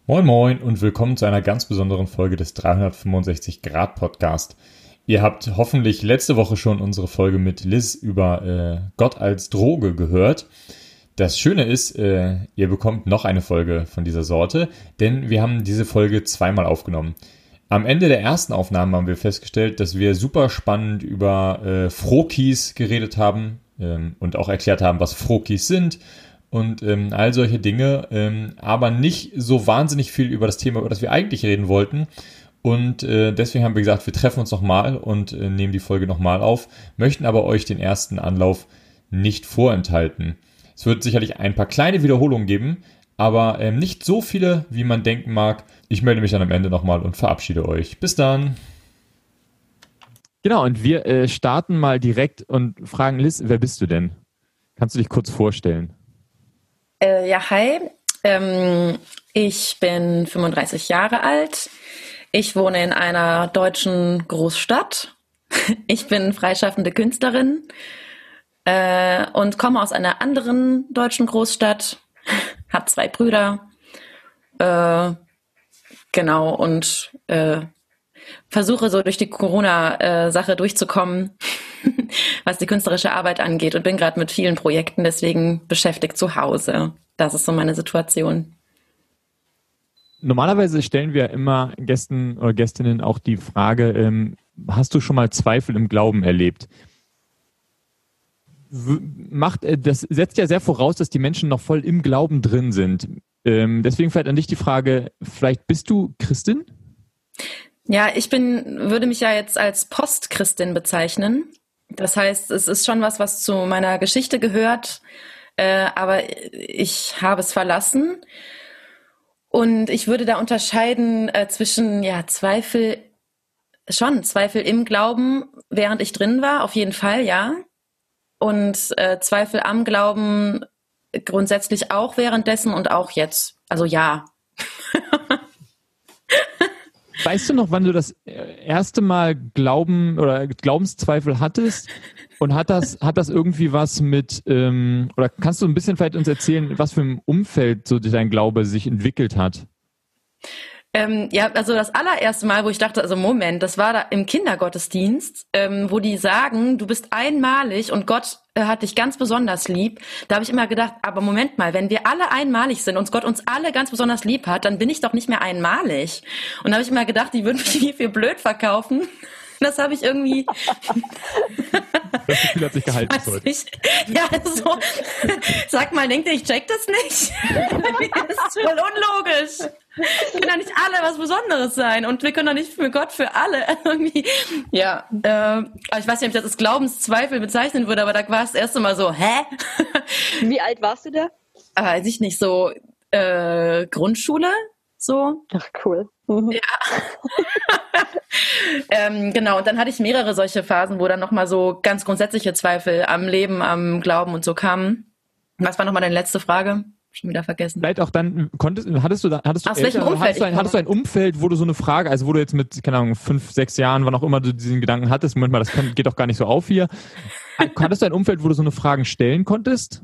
Moin Moin und willkommen zu einer ganz besonderen Folge des 365 Grad Podcast. Ihr habt hoffentlich letzte Woche schon unsere Folge mit Liz über Gott als Droge gehört. Das Schöne ist, ihr bekommt noch eine Folge von dieser Sorte, denn wir haben diese Folge zweimal aufgenommen. Am Ende der ersten Aufnahme haben wir festgestellt, dass wir super spannend über Frohkies geredet haben und auch erklärt haben, was Frohkies sind und all solche Dinge, aber nicht so wahnsinnig viel über das Thema, über das wir eigentlich reden wollten. Und deswegen haben wir gesagt, wir treffen uns nochmal und nehmen die Folge nochmal auf, möchten aber euch den ersten Anlauf nicht vorenthalten. Es wird sicherlich ein paar kleine Wiederholungen geben, aber nicht so viele, wie man denken mag. Ich melde mich dann am Ende nochmal und verabschiede euch. Bis dann. Genau, und wir starten mal direkt und fragen Liz, wer bist du denn? Kannst du dich kurz vorstellen? Ja, hi. Ich bin 35 Jahre alt. Ich wohne in einer deutschen Großstadt. Ich bin freischaffende Künstlerin und komme aus einer anderen deutschen Großstadt. Habe 2 Brüder. Genau, und versuche so durch die Corona-Sache durchzukommen, was die künstlerische Arbeit angeht, und bin gerade mit vielen Projekten deswegen beschäftigt zu Hause. Das ist so meine Situation. Normalerweise stellen wir immer Gästen oder Gästinnen auch die Frage, hast du schon mal Zweifel im Glauben erlebt? Das setzt ja sehr voraus, dass die Menschen noch voll im Glauben drin sind. Deswegen vielleicht an dich die Frage, vielleicht bist du Christin? Ja, würde mich ja jetzt als Postchristin bezeichnen. Das heißt, es ist schon was zu meiner Geschichte gehört, aber ich habe es verlassen. Und ich würde da unterscheiden zwischen Zweifel im Glauben, während ich drin war, auf jeden Fall, ja. Und Zweifel am Glauben grundsätzlich auch währenddessen und auch jetzt. Also ja. Weißt du noch, wann du das erste Mal Glauben oder Glaubenszweifel hattest? Und hat das irgendwie was mit, oder kannst du ein bisschen vielleicht uns erzählen, was für ein Umfeld so dein Glaube sich entwickelt hat? Also das allererste Mal, wo ich dachte, also Moment, das war da im Kindergottesdienst, wo die sagen, du bist einmalig und Gott hat dich ganz besonders lieb. Da habe ich immer gedacht, aber Moment mal, wenn wir alle einmalig sind und Gott uns alle ganz besonders lieb hat, dann bin ich doch nicht mehr einmalig. Und da habe ich immer gedacht, die würden mich hier für blöd verkaufen. Das habe ich irgendwie... Das Gefühl hat sich gehalten heute. Ja, so. Sag mal, denkt ihr, ich check das nicht? Das ist voll unlogisch. Wir können ja nicht alle was Besonderes sein und wir können doch nicht für Gott für alle irgendwie. Ja, aber ich weiß nicht, ob ich das als Glaubenszweifel bezeichnen würde, aber da war es das erste Mal so, hä? Wie alt warst du da? Weiß ich nicht, so Grundschule, so. Ach, cool. Mhm. Ja. Genau, und dann hatte ich mehrere solche Phasen, wo dann nochmal so ganz grundsätzliche Zweifel am Leben, am Glauben und so kamen. Was war nochmal deine letzte Frage? Schon wieder vergessen. Vielleicht auch dann, hattest du aus welchem Umfeld? Hattest du ein Umfeld, wo du so eine Frage, also wo du jetzt mit, keine Ahnung, 5, 6 Jahren, wann auch immer du diesen Gedanken hattest, Moment mal, geht doch gar nicht so auf hier. Hattest du ein Umfeld, wo du so eine Frage stellen konntest?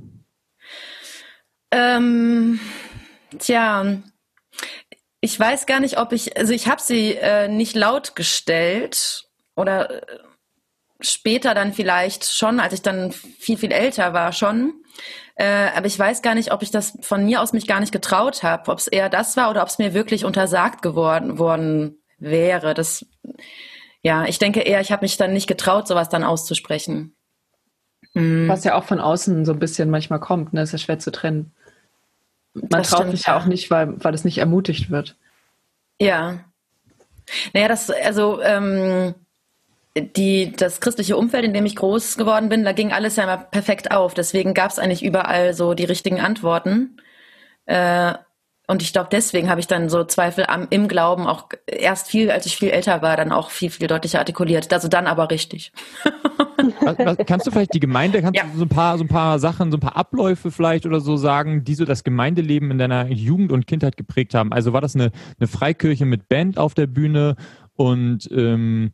Ich weiß gar nicht, ich habe sie nicht laut gestellt oder später dann vielleicht schon, als ich dann viel, viel älter war schon. Aber ich weiß gar nicht, ob ich das von mir aus mich gar nicht getraut habe, ob es eher das war oder ob es mir wirklich untersagt worden wäre. Ich denke eher, ich habe mich dann nicht getraut, sowas dann auszusprechen. Was ja auch von außen so ein bisschen manchmal kommt, ne? Ist ja schwer zu trennen. Man traut sich ja auch nicht, weil es nicht ermutigt wird. Ja. Naja, das christliche Umfeld, in dem ich groß geworden bin, da ging alles ja immer perfekt auf. Deswegen gab es eigentlich überall so die richtigen Antworten. Und ich glaube, deswegen habe ich dann so Zweifel im Glauben auch erst als ich viel älter war, dann auch viel, viel deutlicher artikuliert. Also dann aber richtig. Kannst du vielleicht die Gemeinde, du so ein paar Sachen, so ein paar Abläufe vielleicht oder so sagen, die so das Gemeindeleben in deiner Jugend und Kindheit geprägt haben? Also war das eine Freikirche mit Band auf der Bühne und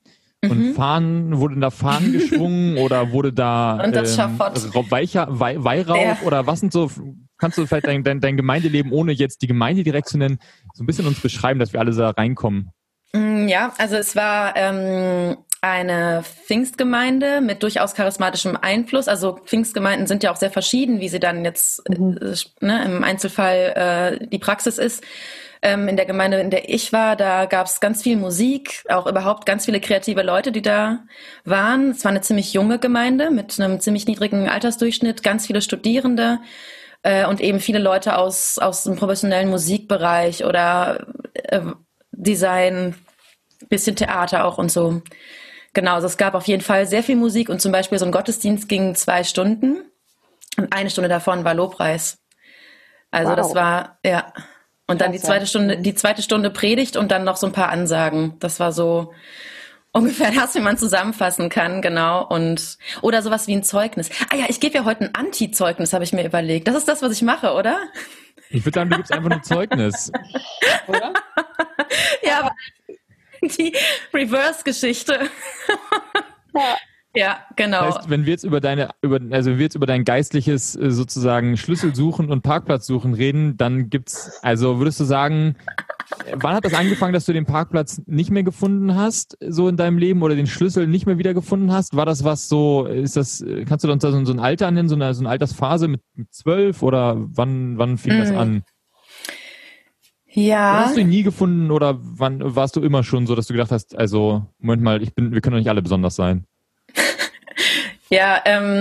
Und wurden da Fahnen geschwungen oder wurde da und das Schafott. Weihrauch oder was sind so, kannst du vielleicht dein Gemeindeleben, ohne jetzt die Gemeinde direkt zu nennen, so ein bisschen uns beschreiben, dass wir alle da reinkommen? Ja, also es war eine Pfingstgemeinde mit durchaus charismatischem Einfluss. Also Pfingstgemeinden sind ja auch sehr verschieden, wie sie dann jetzt im Einzelfall die Praxis ist. In der Gemeinde, in der ich war, da gab es ganz viel Musik, auch überhaupt ganz viele kreative Leute, die da waren. Es war eine ziemlich junge Gemeinde mit einem ziemlich niedrigen Altersdurchschnitt, ganz viele Studierende und eben viele Leute aus dem professionellen Musikbereich oder Design, bisschen Theater auch und so. Genau, also es gab auf jeden Fall sehr viel Musik und zum Beispiel so ein Gottesdienst ging 2 Stunden und 1 Stunde davon war Lobpreis. Also das war, ja. Und dann die zweite Stunde Predigt und dann noch so ein paar Ansagen. Das war so ungefähr das, wie man zusammenfassen kann, genau. Und oder sowas wie ein Zeugnis. Ah ja, ich gebe ja heute ein Anti-Zeugnis, habe ich mir überlegt. Das ist das, was ich mache, oder? Ich würde sagen, du gibst einfach nur Zeugnis. Oder? Ja, aber die Reverse-Geschichte. Ja. Ja, genau. Das heißt, wenn wir jetzt über dein geistliches sozusagen Schlüsselsuchen und Parkplatzsuchen reden, dann würdest du sagen, wann hat das angefangen, dass du den Parkplatz nicht mehr gefunden hast, so in deinem Leben, oder den Schlüssel nicht mehr wiedergefunden hast? War das was so, kannst du uns da so ein Alter nennen, so eine Altersphase mit 12 oder wann fing das an? Ja. Oder hast du ihn nie gefunden oder wann warst du immer schon so, dass du gedacht hast, also, Moment mal, wir können doch nicht alle besonders sein? Ja,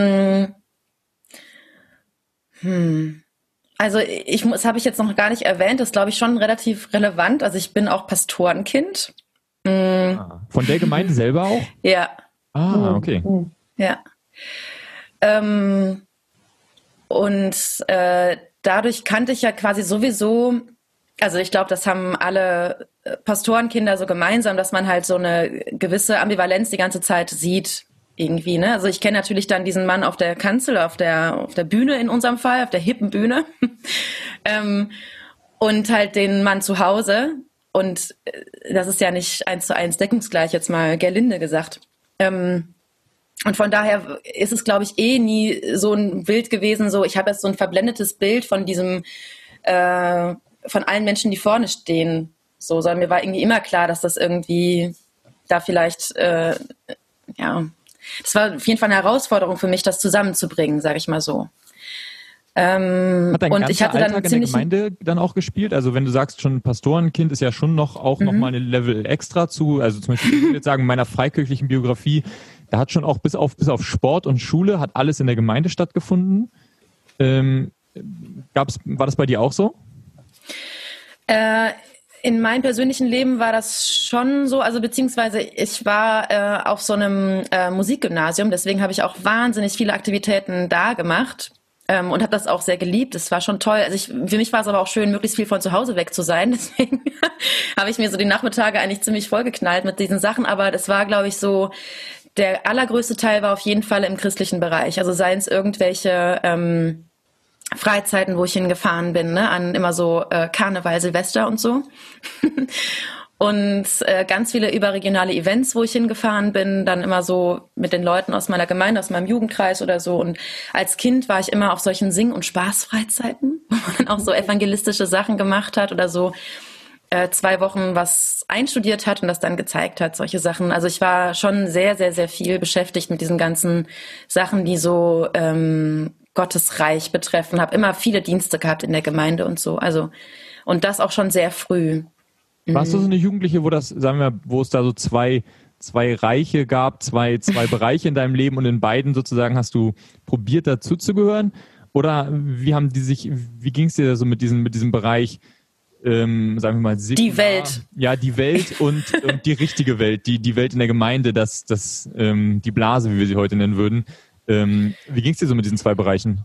also das habe ich jetzt noch gar nicht erwähnt, das ist, glaube ich, schon relativ relevant. Also ich bin auch Pastorenkind. Von der Gemeinde selber auch? Ja. Ah, okay. Ja. Und dadurch kannte ich ja quasi sowieso, also ich glaube, das haben alle Pastorenkinder so gemeinsam, dass man halt so eine gewisse Ambivalenz die ganze Zeit sieht. Irgendwie, ne? Also ich kenne natürlich dann diesen Mann auf der Kanzel, auf der Bühne in unserem Fall, auf der hippen Bühne. Und halt den Mann zu Hause. Und das ist ja nicht 1:1 deckungsgleich, jetzt mal gelinde gesagt. Und von daher ist es, glaube ich, nie so ein Bild gewesen, so ich habe jetzt so ein verblendetes Bild von diesem, von allen Menschen, die vorne stehen. So, sondern mir war irgendwie immer klar, dass das irgendwie da vielleicht, das war auf jeden Fall eine Herausforderung für mich, das zusammenzubringen, sage ich mal so. Hat dein und ich hatte Alltag in der Gemeinde dann auch gespielt? Also wenn du sagst, schon Pastorenkind ist ja schon noch mal eine Level extra zu, also zum Beispiel, ich würde jetzt sagen, in meiner freikirchlichen Biografie, da hat schon auch bis auf Sport und Schule hat alles in der Gemeinde stattgefunden. War das bei dir auch so? In meinem persönlichen Leben war das schon so, also beziehungsweise ich war auf so einem Musikgymnasium, deswegen habe ich auch wahnsinnig viele Aktivitäten da gemacht und habe das auch sehr geliebt. Es war schon toll. Also für mich war es aber auch schön, möglichst viel von zu Hause weg zu sein. Deswegen habe ich mir so die Nachmittage eigentlich ziemlich vollgeknallt mit diesen Sachen. Aber das war, glaube ich, so, der allergrößte Teil war auf jeden Fall im christlichen Bereich. Also seien es irgendwelche Freizeiten, wo ich hingefahren bin, ne, an immer so Karneval, Silvester und so. Und ganz viele überregionale Events, wo ich hingefahren bin, dann immer so mit den Leuten aus meiner Gemeinde, aus meinem Jugendkreis oder so. Und als Kind war ich immer auf solchen Sing- und Spaßfreizeiten, wo man dann auch so evangelistische Sachen gemacht hat oder so 2 Wochen was einstudiert hat und das dann gezeigt hat, solche Sachen. Also ich war schon sehr, sehr, sehr viel beschäftigt mit diesen ganzen Sachen, die so Gottesreich betreffen, habe immer viele Dienste gehabt in der Gemeinde und so. Also und das auch schon sehr früh. Warst du so eine Jugendliche, wo es da so zwei Reiche gab, zwei Bereiche in deinem Leben und in beiden sozusagen hast du probiert dazuzugehören? Oder wie ging es dir da so mit diesem Bereich, sagen wir mal, die Welt. Ja, die Welt und die richtige Welt, die Welt in der Gemeinde, die Blase, wie wir sie heute nennen würden. Wie ging es dir so mit diesen 2 Bereichen?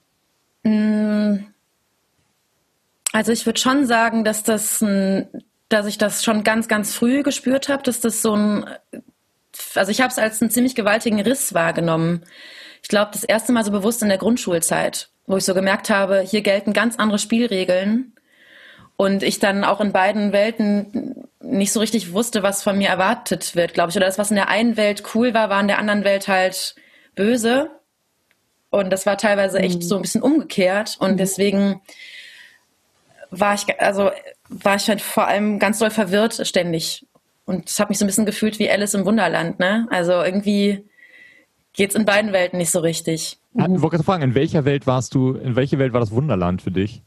Also ich würde schon sagen, dass ich das schon ganz, ganz früh gespürt habe, dass das also ich habe es als einen ziemlich gewaltigen Riss wahrgenommen. Ich glaube, das erste Mal so bewusst in der Grundschulzeit, wo ich so gemerkt habe, hier gelten ganz andere Spielregeln und ich dann auch in beiden Welten nicht so richtig wusste, was von mir erwartet wird, glaube ich. Oder das, was in der einen Welt cool war in der anderen Welt halt böse. Und das war teilweise echt so ein bisschen umgekehrt. Und deswegen war ich halt vor allem ganz doll verwirrt ständig. Und ich habe mich so ein bisschen gefühlt wie Alice im Wunderland, ne? Also irgendwie geht's in beiden Welten nicht so richtig. Ich wollte gerade fragen, in welche Welt war das Wunderland für dich?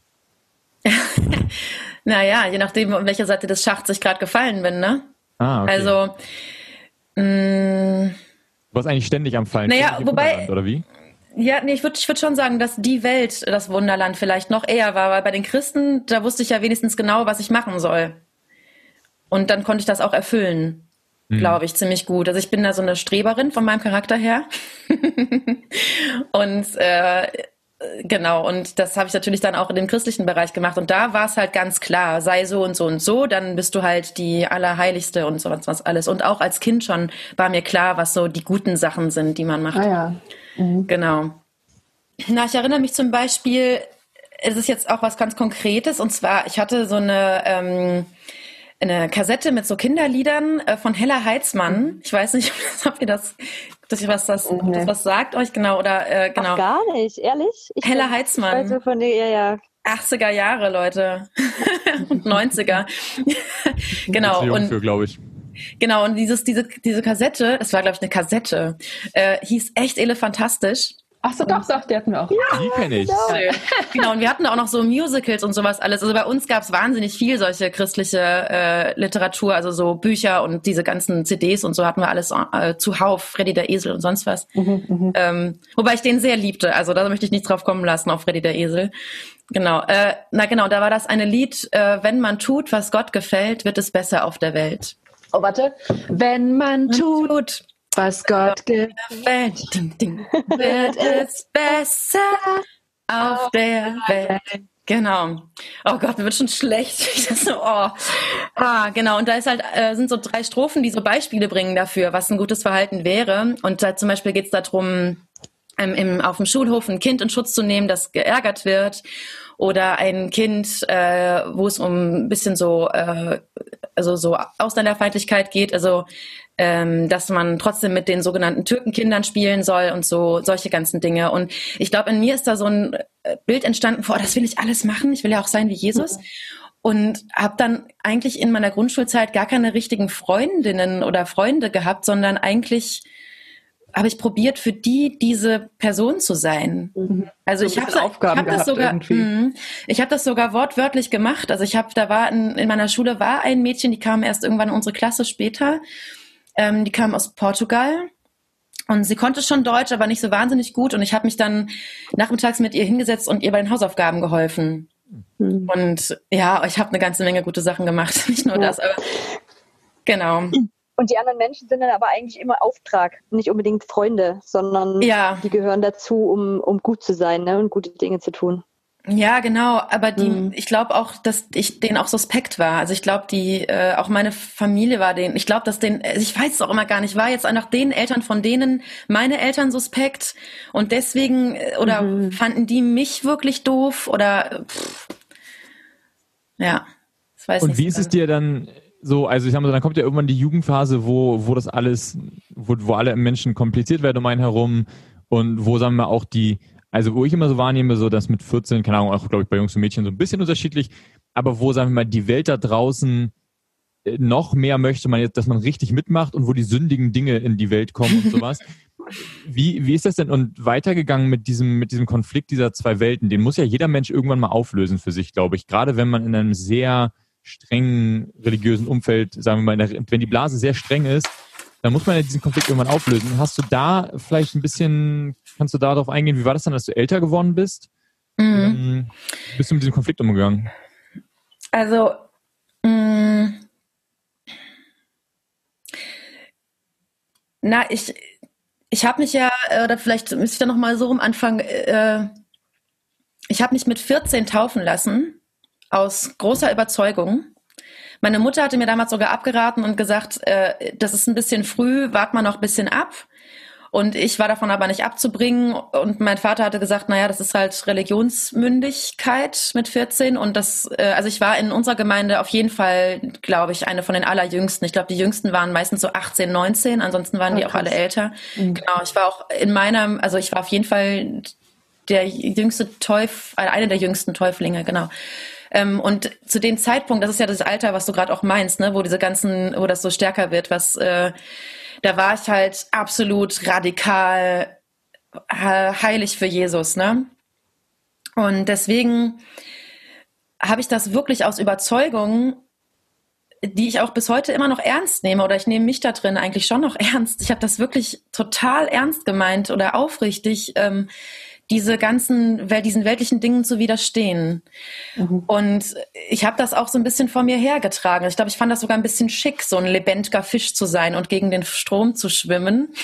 Naja, je nachdem, an welcher Seite des Schachts ich gerade gefallen bin, ne? Ah, okay. Also, du warst eigentlich ständig am Fallen. Naja, wobei, Wunderland, oder wie? Ja, nee, ich würd schon sagen, dass die Welt das Wunderland vielleicht noch eher war, weil bei den Christen, da wusste ich ja wenigstens genau, was ich machen soll. Und dann konnte ich das auch erfüllen, glaube ich, ziemlich gut. Also ich bin da so eine Streberin von meinem Charakter her. Und genau, und das habe ich natürlich dann auch in dem christlichen Bereich gemacht. Und da war es halt ganz klar, sei so und so und so, dann bist du halt die Allerheiligste und so was alles. Und auch als Kind schon war mir klar, was so die guten Sachen sind, die man macht. Ah ja. Genau. Na, ich erinnere mich zum Beispiel, es ist jetzt auch was ganz Konkretes, und zwar, ich hatte so eine Kassette mit so Kinderliedern von Hella Heitzmann. Ich weiß nicht, ob ihr das was sagt euch, genau, oder genau. Ach, gar nicht, ehrlich? Hella Heitzmann. Ich weiß so von dir, ja. 80er Jahre, Leute. Und 90er. Genau. Und glaube ich. Genau, und diese Kassette, das war, glaube ich, eine Kassette, hieß echt elefantastisch. Ach so, doch, die hatten wir auch. Die kenne ich. Genau, und wir hatten auch noch so Musicals und sowas alles. Also bei uns gab es wahnsinnig viel solche christliche Literatur, also so Bücher und diese ganzen CDs und so hatten wir alles zuhauf, Freddy der Esel und sonst was. Wobei ich den sehr liebte, also da möchte ich nicht drauf kommen lassen, auf Freddy der Esel. Genau, da war das eine Lied, wenn man tut, was Gott gefällt, wird es besser auf der Welt. Oh, warte. Wenn man tut, was Gott gefällt, wird es besser auf der Welt. Genau. Oh Gott, mir wird schon schlecht. Ich das so, genau. Und da ist halt, sind so 3 Strophen, die so Beispiele bringen dafür, was ein gutes Verhalten wäre. Und da zum Beispiel geht es darum, auf dem Schulhof ein Kind in Schutz zu nehmen, das geärgert wird. Oder ein Kind, wo es um ein bisschen so Ausländerfeindlichkeit geht, also dass man trotzdem mit den sogenannten Türkenkindern spielen soll und so solche ganzen Dinge. Und ich glaube, in mir ist da so ein Bild entstanden, das will ich alles machen, ich will ja auch sein wie Jesus. Und habe dann eigentlich in meiner Grundschulzeit gar keine richtigen Freundinnen oder Freunde gehabt, sondern eigentlich habe ich probiert, für diese Person zu sein. Also ich habe das sogar wortwörtlich gemacht. Also in meiner Schule war ein Mädchen, die kam erst irgendwann in unsere Klasse später. Die kam aus Portugal und sie konnte schon Deutsch, aber nicht so wahnsinnig gut. Und ich habe mich dann nachmittags mit ihr hingesetzt und ihr bei den Hausaufgaben geholfen. Und ja, ich habe eine ganze Menge gute Sachen gemacht. Nicht nur das, aber genau. Und die anderen Menschen sind dann aber eigentlich immer Auftrag, nicht unbedingt Freunde, sondern die gehören dazu, um gut zu sein, ne, und gute Dinge zu tun. Ja, genau, aber ich glaube auch, dass ich denen auch suspekt war. Also ich glaube, auch meine Familie war denen, ich glaube, ich weiß es auch immer gar nicht, war jetzt nach den Eltern von denen meine Eltern suspekt und deswegen, oder fanden die mich wirklich doof oder ja, das weiß ich nicht. Und wie ist es dir dann so, also ich sag mal, dann kommt ja irgendwann die Jugendphase, wo das alles, wo alle Menschen kompliziert werden um einen herum und wo, sagen wir mal, auch also wo ich immer so wahrnehme, so dass mit 14, keine Ahnung, auch glaube ich bei Jungs und Mädchen so ein bisschen unterschiedlich, aber wo, sagen wir mal, die Welt da draußen noch mehr möchte man jetzt, dass man richtig mitmacht und wo die sündigen Dinge in die Welt kommen und sowas. Wie ist das denn und weitergegangen mit diesem Konflikt dieser 2 Welten? Den muss ja jeder Mensch irgendwann mal auflösen für sich, glaube ich. Gerade wenn man in einem sehr strengen religiösen Umfeld, sagen wir mal, wenn die Blase sehr streng ist, dann muss man ja diesen Konflikt irgendwann auflösen. Hast du da vielleicht kannst du darauf eingehen, wie war das dann, als du älter geworden bist? Bist du mit diesem Konflikt umgegangen? Also, ich habe mich ja, oder vielleicht müsste ich da nochmal so rum anfangen, ich habe mich mit 14 taufen lassen, aus großer Überzeugung. Meine Mutter hatte mir damals sogar abgeraten und gesagt, das ist ein bisschen früh, wart mal noch ein bisschen ab. Und ich war davon aber nicht abzubringen. Und mein Vater hatte gesagt, naja, das ist halt Religionsmündigkeit mit 14. Und also ich war in unserer Gemeinde auf jeden Fall, glaube ich, eine von den allerjüngsten. Ich glaube, die Jüngsten waren meistens so 18, 19. Ansonsten waren die auch alle älter. Mhm. Genau, ich war auch also ich war auf jeden Fall der jüngste eine der jüngsten Täuflinge, genau. Und zu dem Zeitpunkt, das ist ja das Alter, was du gerade auch meinst, ne, wo das so stärker wird, da war ich halt absolut radikal heilig für Jesus, ne? Und deswegen habe ich das wirklich aus Überzeugung, die ich auch bis heute immer noch ernst nehme, oder ich nehme mich da drin eigentlich schon noch ernst. Ich habe das wirklich total ernst gemeint oder aufrichtig, diesen weltlichen Dingen zu widerstehen. Mhm. Und ich habe das auch so ein bisschen vor mir hergetragen. Ich glaube, ich fand das sogar ein bisschen schick, so ein lebendiger Fisch zu sein und gegen den Strom zu schwimmen.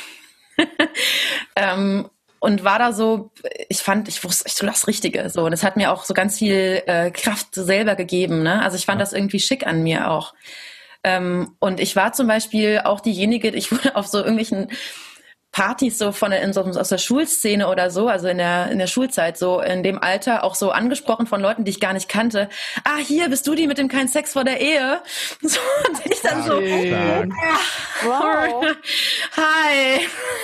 Und war da so, ich wusste, ich tue das Richtige. So. Und es hat mir auch so ganz viel Kraft selber gegeben. Ne? Also ich fand das irgendwie schick an mir auch. Und ich war zum Beispiel auch diejenige, ich wurde auf so irgendwelchen Partys so aus der Schulszene oder so, also in der Schulzeit, so in dem Alter auch so angesprochen von Leuten, die ich gar nicht kannte. Ah, hier bist du die mit dem kein Sex vor der Ehe. So, und ich dann so, wow. Hi.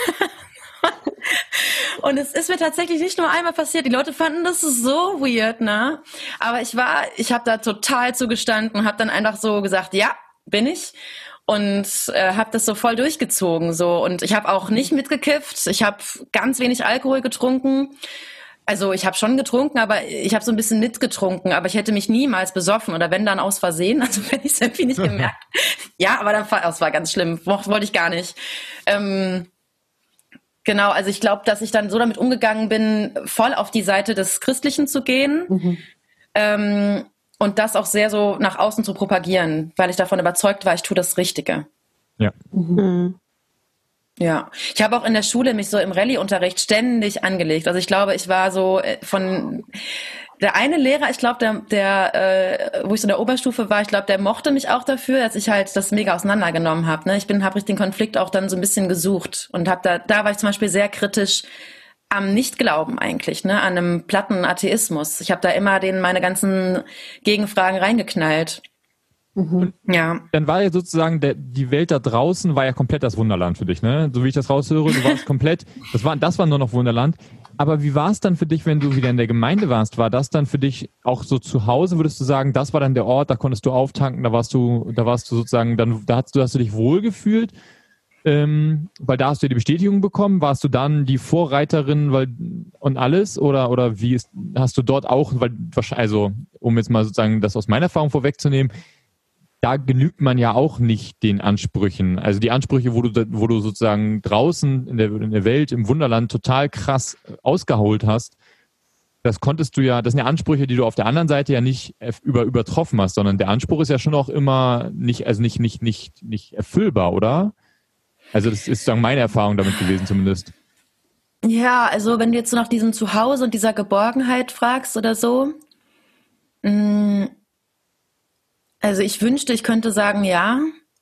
Und es ist mir tatsächlich nicht nur einmal passiert. Die Leute fanden das so weird, ne? Aber ich habe da total zugestanden und habe dann einfach so gesagt, ja, bin ich. Und habe das so voll durchgezogen. So. Und ich habe auch nicht mitgekifft. Ich habe ganz wenig Alkohol getrunken. Also ich habe schon getrunken, aber ich habe so ein bisschen mitgetrunken. Aber ich hätte mich niemals besoffen oder wenn dann aus Versehen. Also wenn ich es irgendwie nicht gemerkt. Ja, aber das war ganz schlimm. Wollte ich gar nicht. Genau, also ich glaube, dass ich dann so damit umgegangen bin, voll auf die Seite des Christlichen zu gehen. Mhm. Und das auch sehr so nach außen zu propagieren, weil ich davon überzeugt war, ich tue das Richtige. Ja. Mhm. Ja. Ich habe auch in der Schule mich so im Rallye-Unterricht ständig angelegt. Also ich glaube, ich war so von der eine Lehrer, ich glaube, wo ich so in der Oberstufe war, ich glaube, der mochte mich auch dafür, dass ich halt das mega auseinandergenommen habe. Ne? Habe richtig den Konflikt auch dann so ein bisschen gesucht und habe da war ich zum Beispiel sehr kritisch am Nichtglauben eigentlich, ne, an einem platten Atheismus. Ich habe da immer meine ganzen Gegenfragen reingeknallt. Mhm. Ja. Dann war ja sozusagen die Welt da draußen war ja komplett das Wunderland für dich, ne? So wie ich das raushöre, du warst komplett, das war nur noch Wunderland. Aber wie war es dann für dich, wenn du wieder in der Gemeinde warst? War das dann für dich auch so zu Hause, würdest du sagen, das war dann der Ort, da konntest du auftanken, da warst du sozusagen, hast du dich wohlgefühlt? Weil da hast du ja die Bestätigung bekommen, warst du dann die Vorreiterin und alles oder hast du dort auch, also um jetzt mal sozusagen das aus meiner Erfahrung vorwegzunehmen, da genügt man ja auch nicht den Ansprüchen. Also die Ansprüche, wo du sozusagen draußen in der Welt, im Wunderland total krass ausgeholt hast, das sind ja Ansprüche, die du auf der anderen Seite ja nicht übertroffen hast, sondern der Anspruch ist ja schon auch immer nicht erfüllbar, oder? Also das ist dann meine Erfahrung damit gewesen zumindest. Ja, also wenn du jetzt so nach diesem Zuhause und dieser Geborgenheit fragst oder so, also ich wünschte, ich könnte sagen, ja.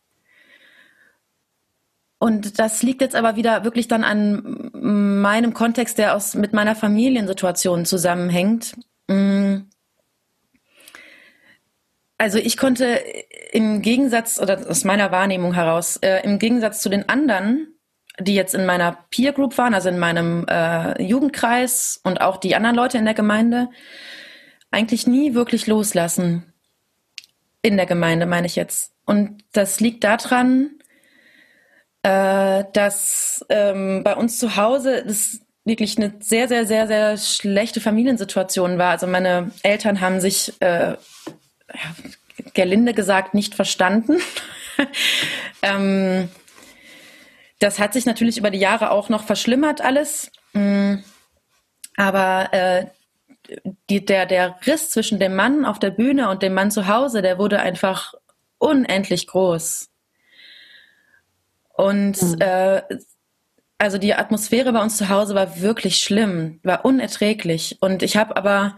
Und das liegt jetzt aber wieder wirklich dann an meinem Kontext, der mit meiner Familiensituation zusammenhängt. Also ich konnte im Gegensatz, oder aus meiner Wahrnehmung heraus, im Gegensatz zu den anderen, die jetzt in meiner Peer Group waren, also in meinem Jugendkreis und auch die anderen Leute in der Gemeinde, eigentlich nie wirklich loslassen. In der Gemeinde, meine ich jetzt. Und das liegt daran, dass bei uns zu Hause das wirklich eine sehr, sehr, sehr, sehr schlechte Familiensituation war. Also meine Eltern haben sich gelinde gesagt nicht verstanden. Das hat sich natürlich über die Jahre auch noch verschlimmert alles. Aber der Riss zwischen dem Mann auf der Bühne und dem Mann zu Hause, der wurde einfach unendlich groß. Und also die Atmosphäre bei uns zu Hause war wirklich schlimm, war unerträglich. Und ich habe aber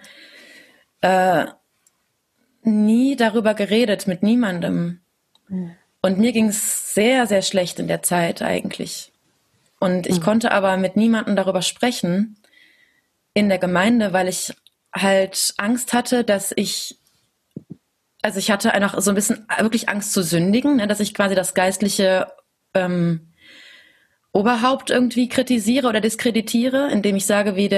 nie darüber geredet, mit niemandem. Und mir ging es sehr, sehr schlecht in der Zeit eigentlich. Und ich konnte aber mit niemandem darüber sprechen in der Gemeinde, weil ich halt Angst hatte, ich hatte einfach so ein bisschen wirklich Angst zu sündigen, ne, dass ich quasi das geistliche Oberhaupt irgendwie kritisiere oder diskreditiere, indem ich sage, wie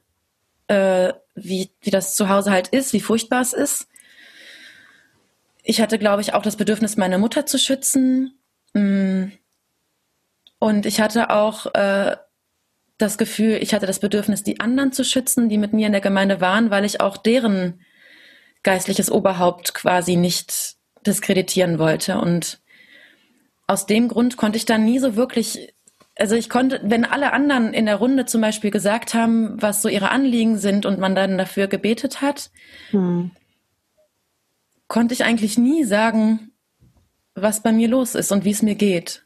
das zu Hause halt ist, wie furchtbar es ist. Ich hatte, glaube ich, auch das Bedürfnis, meine Mutter zu schützen. Und ich hatte auch das Gefühl, ich hatte das Bedürfnis, die anderen zu schützen, die mit mir in der Gemeinde waren, weil ich auch deren geistliches Oberhaupt quasi nicht diskreditieren wollte. Und aus dem Grund konnte ich dann nie so wirklich, also ich konnte, wenn alle anderen in der Runde zum Beispiel gesagt haben, was so ihre Anliegen sind und man dann dafür gebetet hat, konnte ich eigentlich nie sagen, was bei mir los ist und wie es mir geht.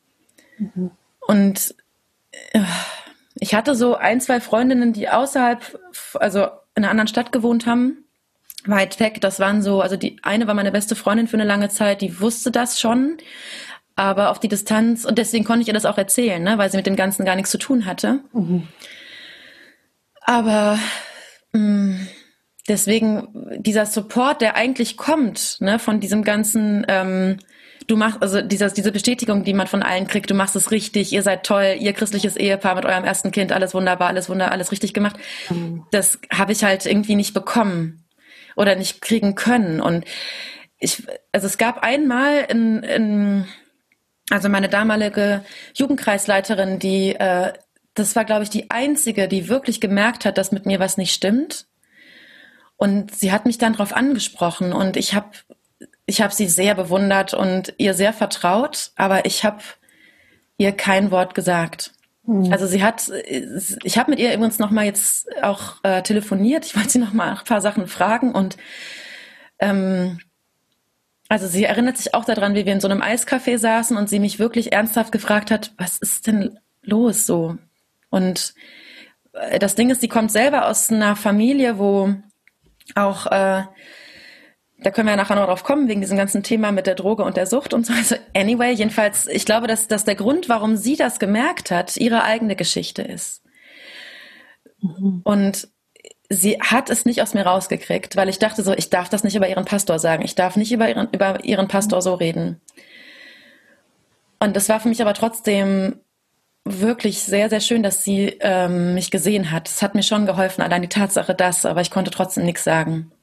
Und ich hatte so 1, 2 Freundinnen, die außerhalb, also in einer anderen Stadt gewohnt haben, weit weg. Das waren so, also die eine war meine beste Freundin für eine lange Zeit, die wusste das schon, aber auf die Distanz, und deswegen konnte ich ihr das auch erzählen, ne, weil sie mit dem Ganzen gar nichts zu tun hatte. Aber deswegen dieser Support, der eigentlich kommt, ne, von diesem ganzen, du machst, also diese Bestätigung, die man von allen kriegt, du machst es richtig, ihr seid toll, ihr christliches Ehepaar mit eurem ersten Kind, alles wunderbar, alles richtig gemacht. Das habe ich halt irgendwie nicht bekommen oder nicht kriegen können. Und es gab einmal also meine damalige Jugendkreisleiterin, das war, glaube ich, die einzige, die wirklich gemerkt hat, dass mit mir was nicht stimmt. Und sie hat mich dann darauf angesprochen und ich habe sie sehr bewundert und ihr sehr vertraut, aber ich habe ihr kein Wort gesagt. Also ich habe mit ihr übrigens nochmal jetzt auch telefoniert. Ich wollte sie nochmal ein paar Sachen fragen und also sie erinnert sich auch daran, wie wir in so einem Eiscafé saßen und sie mich wirklich ernsthaft gefragt hat, was ist denn los so? Und das Ding ist, sie kommt selber aus einer Familie, wo auch, da können wir ja nachher noch drauf kommen, wegen diesem ganzen Thema mit der Droge und der Sucht und so. Also anyway, jedenfalls, ich glaube, dass der Grund, warum sie das gemerkt hat, ihre eigene Geschichte ist. Und sie hat es nicht aus mir rausgekriegt, weil ich dachte so, ich darf das nicht über ihren Pastor sagen. Ich darf nicht über ihren Pastor so reden. Und das war für mich aber trotzdem wirklich sehr, sehr schön, dass sie mich gesehen hat. Es hat mir schon geholfen, allein die Tatsache aber ich konnte trotzdem nichts sagen.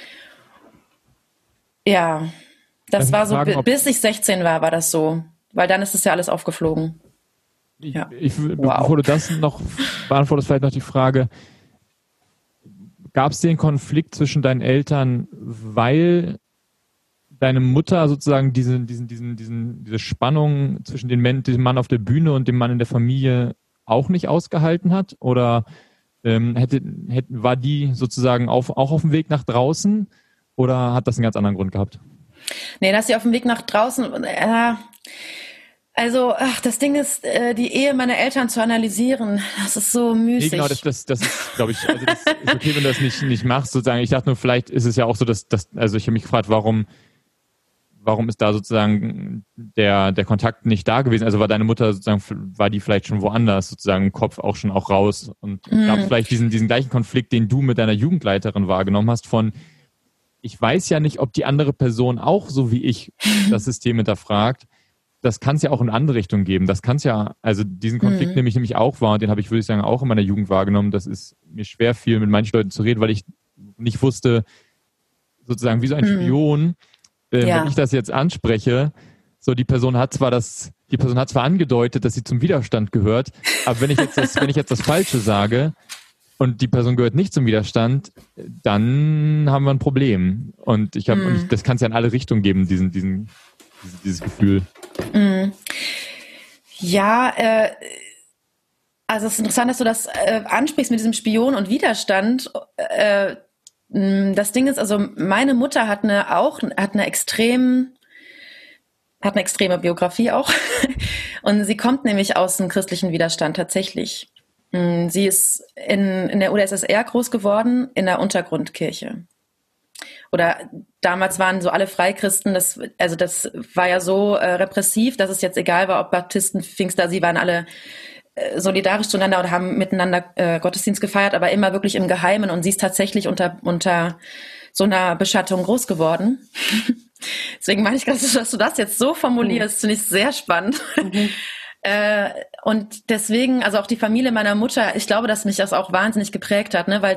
Ja, das war so, bis ich 16 war das so. Weil dann ist es ja alles aufgeflogen. Ja. Bevor du das noch beantwortest, vielleicht noch die Frage, gab es den Konflikt zwischen deinen Eltern, weil deine Mutter sozusagen diese Spannung zwischen dem Mann auf der Bühne und dem Mann in der Familie auch nicht ausgehalten hat? Oder war die sozusagen auch auf dem Weg nach draußen? Oder hat das einen ganz anderen Grund gehabt? Nee, dass sie auf dem Weg nach draußen... Also, das Ding ist, die Ehe meiner Eltern zu analysieren, das ist so müßig. Nee, genau, das ist, glaube ich, also das ist okay, wenn du das nicht machst, sozusagen. Ich dachte nur, vielleicht ist es ja auch so, also ich habe mich gefragt, warum ist da sozusagen der Kontakt nicht da gewesen? Also war deine Mutter sozusagen, war die vielleicht schon woanders, sozusagen im Kopf auch schon raus? Und gab es vielleicht diesen gleichen Konflikt, den du mit deiner Jugendleiterin wahrgenommen hast, von ich weiß ja nicht, ob die andere Person auch so wie ich das System hinterfragt. Das kann es ja auch in eine andere Richtung geben. Das kann es ja, also diesen Konflikt nehme ich nämlich auch wahr und den habe ich, würde ich sagen, auch in meiner Jugend wahrgenommen. Das ist mir schwer fiel, mit manchen Leuten zu reden, weil ich nicht wusste, sozusagen wie so ein Spion, wenn ich das jetzt anspreche, so die Person hat zwar angedeutet, dass sie zum Widerstand gehört, aber wenn ich jetzt das Falsche sage und die Person gehört nicht zum Widerstand, dann haben wir ein Problem. Und das kann es ja in alle Richtungen geben, dieses Gefühl. Ja, also es ist interessant, dass du das ansprichst mit diesem Spion und Widerstand. Das Ding ist, also meine Mutter hat eine extreme Biografie auch. Und sie kommt nämlich aus dem christlichen Widerstand tatsächlich. Sie ist in der UdSSR groß geworden, in der Untergrundkirche. Oder damals waren so alle Freikristen, das war ja so repressiv, dass es jetzt egal war, ob Baptisten, Pfingster, sie waren alle solidarisch zueinander oder haben miteinander Gottesdienst gefeiert, aber immer wirklich im Geheimen, und sie ist tatsächlich unter so einer Beschattung groß geworden. Deswegen meine ich gerade, dass du das jetzt so formulierst, finde ich sehr spannend. Und deswegen, also auch die Familie meiner Mutter, ich glaube, dass mich das auch wahnsinnig geprägt hat, ne, weil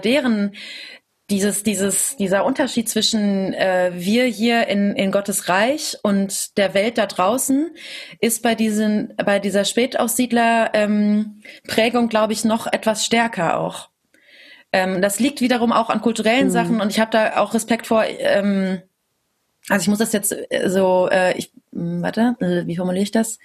dieser Unterschied zwischen wir hier in Gottes Reich und der Welt da draußen ist bei dieser Spätaussiedler Prägung, glaube ich, noch etwas stärker auch. Das liegt wiederum auch an kulturellen Sachen, und ich habe da auch Respekt vor. Also ich muss das jetzt so, wie formuliere ich das?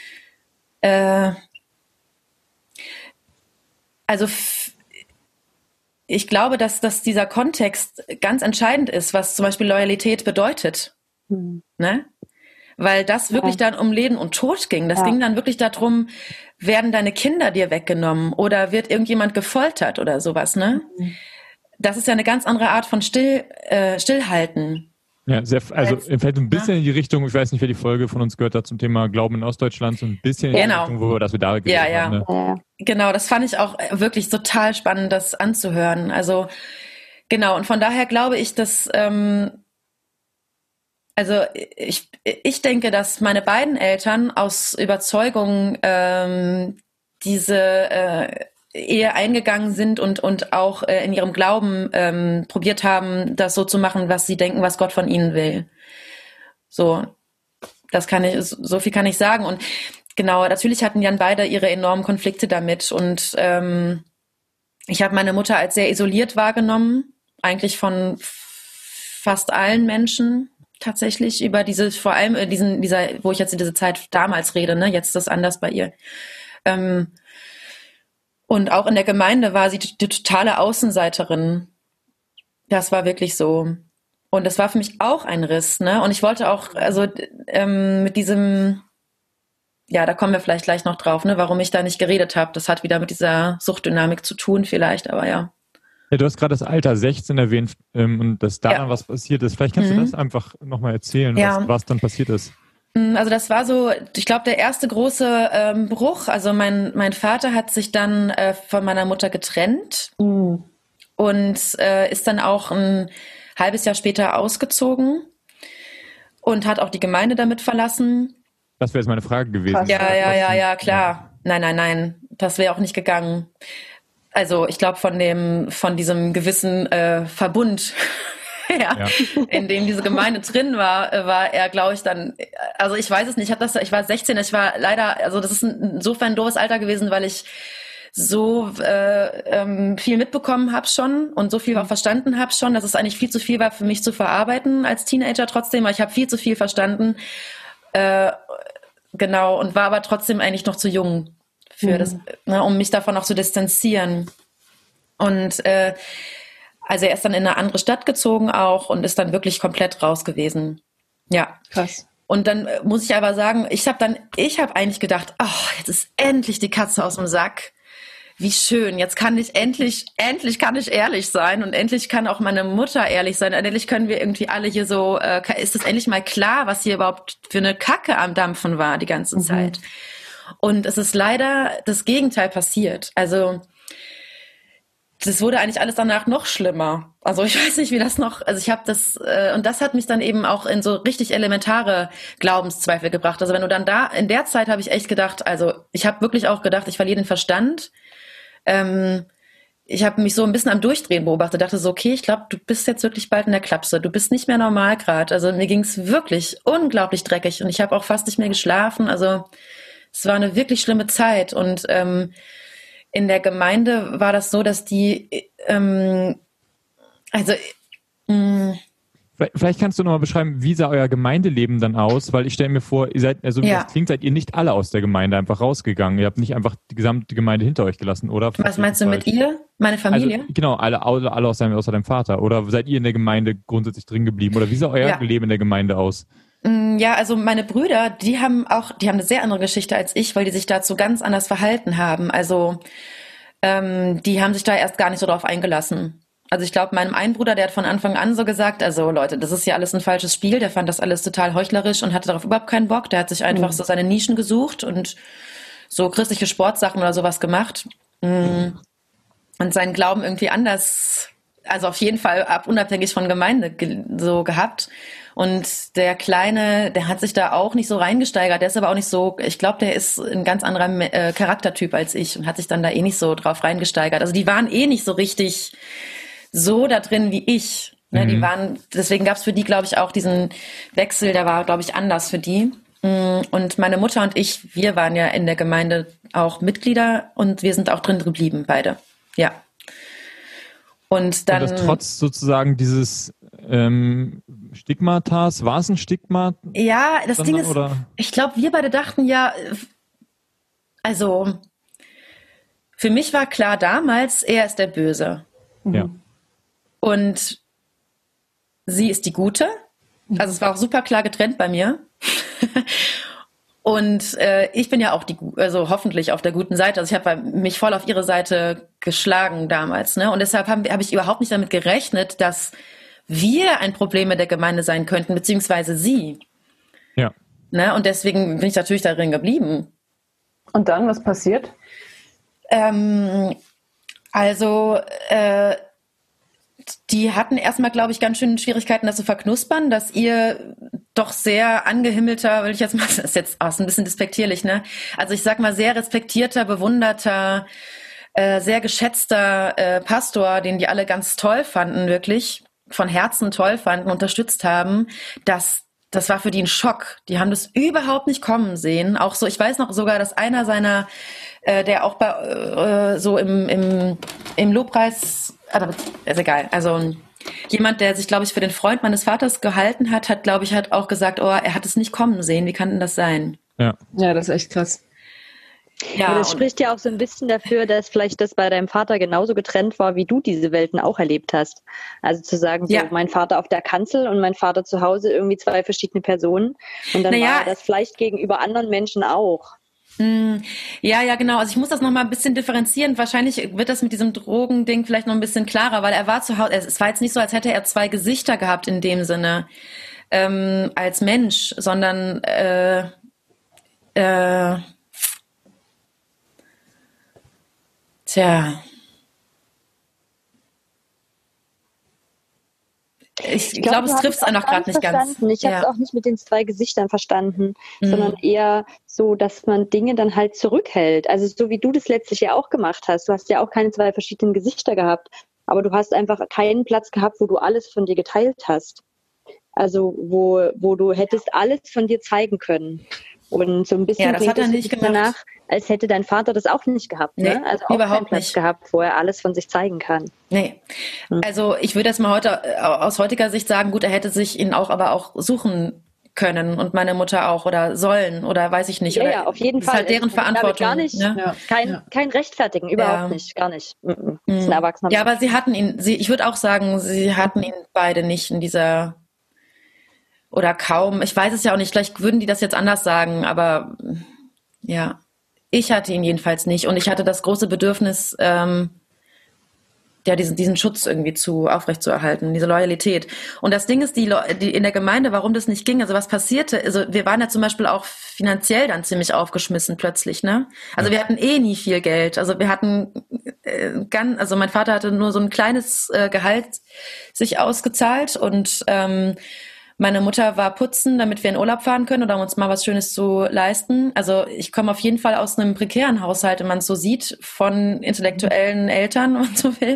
Also ich glaube, dass dieser Kontext ganz entscheidend ist, was zum Beispiel Loyalität bedeutet. Ne? Weil das wirklich dann um Leben und Tod ging. Das ging dann wirklich darum, werden deine Kinder dir weggenommen oder wird irgendjemand gefoltert oder sowas. Ne? Das ist ja eine ganz andere Art von Stillhalten. Ja, fällt ein bisschen in die Richtung, ich weiß nicht, wer die Folge von uns gehört hat zum Thema Glauben in Ostdeutschland, so ein bisschen in die Richtung, dass wir da geredet haben. Ne? Ja. Genau, das fand ich auch wirklich total spannend, das anzuhören. Also genau, und von daher glaube ich, dass ich denke, dass meine beiden Eltern aus Überzeugung diese Ehe eingegangen sind und auch in ihrem Glauben probiert haben, das so zu machen, was sie denken, was Gott von ihnen will. So viel kann ich sagen. Und genau, natürlich hatten dann beide ihre enormen Konflikte damit. Und ich habe meine Mutter als sehr isoliert wahrgenommen, eigentlich von fast allen Menschen tatsächlich, über vor allem wo ich jetzt in diese Zeit damals rede, ne? Jetzt ist das anders bei ihr. Und auch in der Gemeinde war sie die totale Außenseiterin. Das war wirklich so. Und das war für mich auch ein Riss, ne? Und ich wollte auch, mit diesem, ja, da kommen wir vielleicht gleich noch drauf, ne, warum ich da nicht geredet habe. Das hat wieder mit dieser Suchtdynamik zu tun vielleicht, aber ja. Ja, du hast gerade das Alter 16 erwähnt und dass daran was passiert ist. Vielleicht kannst du das einfach nochmal erzählen, was dann passiert ist. Also das war so, ich glaube, der erste große Bruch. Also mein Vater hat sich dann von meiner Mutter getrennt und ist dann auch ein halbes Jahr später ausgezogen und hat auch die Gemeinde damit verlassen. Das wäre jetzt meine Frage gewesen. Ja, klar. Nein, das wäre auch nicht gegangen. Also ich glaube, von diesem gewissen Verbund, in dem diese Gemeinde drin war er, glaube ich, dann, also ich weiß es nicht, ich war 16, ich war leider, also das ist insofern ein doofes Alter gewesen, weil ich so viel mitbekommen habe schon und so viel auch verstanden habe schon, dass es eigentlich viel zu viel war für mich zu verarbeiten als Teenager trotzdem, weil ich habe viel zu viel verstanden, genau, und war aber trotzdem eigentlich noch zu jung für das, ne, um mich davon auch zu distanzieren. Und also er ist dann in eine andere Stadt gezogen auch und ist dann wirklich komplett raus gewesen. Ja. Krass. Und dann muss ich aber sagen, ich habe eigentlich gedacht, jetzt ist endlich die Katze aus dem Sack. Wie schön, jetzt kann ich endlich kann ich ehrlich sein und endlich kann auch meine Mutter ehrlich sein. Endlich können wir irgendwie alle hier so, ist es endlich mal klar, was hier überhaupt für eine Kacke am Dampfen war die ganze Zeit. Und es ist leider das Gegenteil passiert. Also das wurde eigentlich alles danach noch schlimmer. Also ich weiß nicht, wie das noch, also ich habe das, und das hat mich dann eben auch in so richtig elementare Glaubenszweifel gebracht. Also wenn du dann in der Zeit habe ich echt gedacht, also ich habe wirklich auch gedacht, ich verliere den Verstand. Ich habe mich so ein bisschen am Durchdrehen beobachtet, dachte so, okay, ich glaube, du bist jetzt wirklich bald in der Klapse, du bist nicht mehr normal gerade. Also mir ging es wirklich unglaublich dreckig und ich habe auch fast nicht mehr geschlafen. Also es war eine wirklich schlimme Zeit und in der Gemeinde war das so, dass die, Vielleicht kannst du nochmal beschreiben, wie sah euer Gemeindeleben dann aus? Weil ich stelle mir vor, ihr seid, also wie das klingt, seid ihr nicht alle aus der Gemeinde einfach rausgegangen. Ihr habt nicht einfach die gesamte Gemeinde hinter euch gelassen, oder? Was meinst du mit ihr? Meine Familie? Also, genau, alle außer deinem Vater. Oder seid ihr in der Gemeinde grundsätzlich drin geblieben? Oder wie sah euer Leben in der Gemeinde aus? Ja, also meine Brüder, die haben eine sehr andere Geschichte als ich, weil die sich dazu ganz anders verhalten haben. Also die haben sich da erst gar nicht so drauf eingelassen. Also ich glaube, meinem einen Bruder, der hat von Anfang an so gesagt, also Leute, das ist ja alles ein falsches Spiel, der fand das alles total heuchlerisch und hatte darauf überhaupt keinen Bock. Der hat sich einfach so seine Nischen gesucht und so christliche Sportsachen oder sowas gemacht. Und seinen Glauben irgendwie anders, also auf jeden Fall unabhängig von Gemeinde so gehabt. Und der Kleine, der hat sich da auch nicht so reingesteigert. Der ist aber auch nicht so, ich glaube, der ist ein ganz anderer Charaktertyp als ich und hat sich dann da nicht so drauf reingesteigert. Also die waren nicht so richtig so da drin wie ich. Ne? Die waren, deswegen gab es für die, glaube ich, auch diesen Wechsel, der war, glaube ich, anders für die. Und meine Mutter und ich, wir waren ja in der Gemeinde auch Mitglieder und wir sind auch drin geblieben, beide. Ja. Und dann. Und das trotz sozusagen dieses Stigmatas, war es ein Stigma? Ja, das Ding ist, ich glaube, wir beide dachten ja, also für mich war klar damals, er ist der Böse. Ja. Und sie ist die Gute. Also es war auch super klar getrennt bei mir. Und ich bin ja auch also hoffentlich auf der guten Seite. Also ich habe mich voll auf ihre Seite geschlagen damals. Ne? Und deshalb habe ich überhaupt nicht damit gerechnet, dass wir ein Problem mit der Gemeinde sein könnten, beziehungsweise sie. Ja. Ne? Und deswegen bin ich natürlich darin geblieben. Und dann, was passiert? Die hatten erstmal, glaube ich, ganz schön Schwierigkeiten, das zu verknuspern, dass ihr doch sehr angehimmelter, will ich jetzt mal, das ist jetzt auch ein bisschen despektierlich, ne? Also ich sag mal, sehr respektierter, bewunderter, sehr geschätzter Pastor, den die alle ganz toll fanden, wirklich von Herzen toll fanden, unterstützt haben, das war für die ein Schock. Die haben das überhaupt nicht kommen sehen. Auch so, ich weiß noch sogar, dass einer seiner, der auch bei so im Lobpreis, aber ist egal. Also jemand, der sich, glaube ich, für den Freund meines Vaters gehalten hat, glaube ich, hat auch gesagt, oh, er hat es nicht kommen sehen. Wie kann denn das sein? Ja, das ist echt krass. Ja, das spricht ja auch so ein bisschen dafür, dass vielleicht das bei deinem Vater genauso getrennt war, wie du diese Welten auch erlebt hast. Also zu sagen, so mein Vater auf der Kanzel und mein Vater zu Hause, irgendwie zwei verschiedene Personen. Und dann war das vielleicht gegenüber anderen Menschen auch. Ja, genau. Also ich muss das noch mal ein bisschen differenzieren. Wahrscheinlich wird das mit diesem Drogending vielleicht noch ein bisschen klarer, weil er war zu Hause. Es war jetzt nicht so, als hätte er zwei Gesichter gehabt in dem Sinne als Mensch, sondern ich glaube, es trifft es einfach gerade nicht ganz. Ich habe es auch nicht mit den zwei Gesichtern verstanden, sondern eher so, dass man Dinge dann halt zurückhält. Also so wie du das letztlich ja auch gemacht hast. Du hast ja auch keine zwei verschiedenen Gesichter gehabt, aber du hast einfach keinen Platz gehabt, wo du alles von dir geteilt hast. Also wo du hättest alles von dir zeigen können. Und so ein bisschen das hat er nicht gemacht. Danach, als hätte dein Vater das auch nicht gehabt. Nee, ne? Also auch überhaupt keinen Platz gehabt, wo er alles von sich zeigen kann. Nee. Also ich würde jetzt mal aus heutiger Sicht sagen, gut, er hätte sich ihn aber auch suchen können und meine Mutter auch oder sollen oder weiß ich nicht. Ja, auf jeden Fall. Das ist halt deren Verantwortung. Gar nicht, ne? Kein Rechtfertigen, überhaupt nicht, gar nicht. Das ist ein Erwachsener. Ja, aber sie hatten ihn, ich würde auch sagen, sie hatten ihn beide nicht in dieser, oder kaum, ich weiß es ja auch nicht, vielleicht würden die das jetzt anders sagen, aber ja, ich hatte ihn jedenfalls nicht und ich hatte das große Bedürfnis, diesen Schutz irgendwie aufrechtzuerhalten, diese Loyalität. Und das Ding ist, die in der Gemeinde, warum das nicht ging, also was passierte, also wir waren ja zum Beispiel auch finanziell dann ziemlich aufgeschmissen plötzlich, ne? Also wir hatten nie viel Geld, also wir hatten also mein Vater hatte nur so ein kleines Gehalt sich ausgezahlt und meine Mutter war putzen, damit wir in Urlaub fahren können oder um uns mal was Schönes zu leisten. Also ich komme auf jeden Fall aus einem prekären Haushalt, wenn man es so sieht, von intellektuellen Eltern, wenn man so will.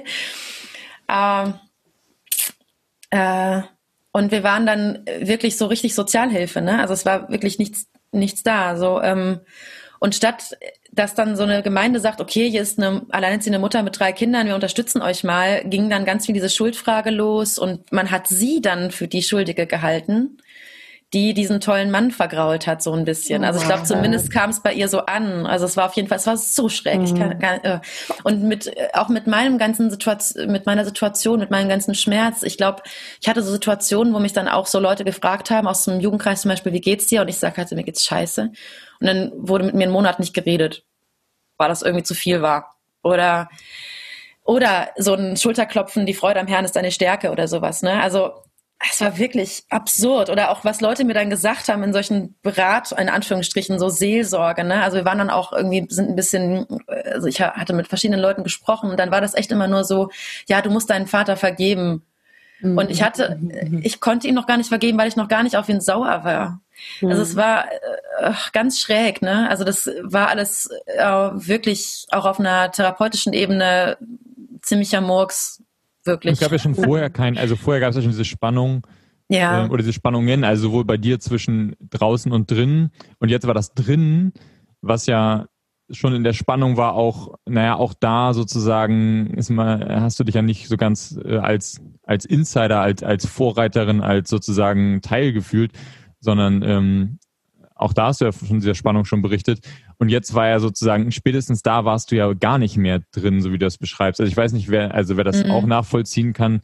Und wir waren dann wirklich so richtig Sozialhilfe, ne? Also es war wirklich nichts da. So, und statt dass dann so eine Gemeinde sagt, okay, hier ist eine alleinerziehende Mutter mit 3 Kindern, wir unterstützen euch mal, ging dann ganz viel diese Schuldfrage los und man hat sie dann für die Schuldige gehalten, die diesen tollen Mann vergrault hat, so ein bisschen. Also ich glaube, zumindest kam es bei ihr so an. Also es war auf jeden Fall, es war so schräg. Und auch mit meiner Situation, mit meinem ganzen Schmerz. Ich glaube, ich hatte so Situationen, wo mich dann auch so Leute gefragt haben, aus dem Jugendkreis zum Beispiel, wie geht's dir? Und ich sage halt, mir geht's scheiße. Und dann wurde mit mir einen Monat nicht geredet, weil das irgendwie zu viel war. Oder so ein Schulterklopfen, die Freude am Herrn ist deine Stärke oder sowas, ne? Also es war wirklich absurd. Oder auch, was Leute mir dann gesagt haben in solchen in Anführungsstrichen, so Seelsorge, ne? Also wir waren dann auch irgendwie, also ich hatte mit verschiedenen Leuten gesprochen und dann war das echt immer nur so, ja, du musst deinen Vater vergeben. Und ich konnte ihn noch gar nicht vergeben, weil ich noch gar nicht auf ihn sauer war. Also es war ganz schräg, ne? Also das war alles wirklich auch auf einer therapeutischen Ebene ziemlicher Murks, wirklich. Es gab ja schon vorher vorher gab es ja schon diese Spannung oder diese Spannungen, also sowohl bei dir zwischen draußen und drinnen und jetzt war das drinnen, was ja schon in der Spannung war, auch da sozusagen hast du dich ja nicht so ganz als Insider, als Vorreiterin, als sozusagen Teil gefühlt, sondern auch da hast du ja von dieser Spannung schon berichtet. Und jetzt war ja sozusagen, spätestens da warst du ja gar nicht mehr drin, so wie du das beschreibst. Also ich weiß nicht, wer das auch nachvollziehen kann.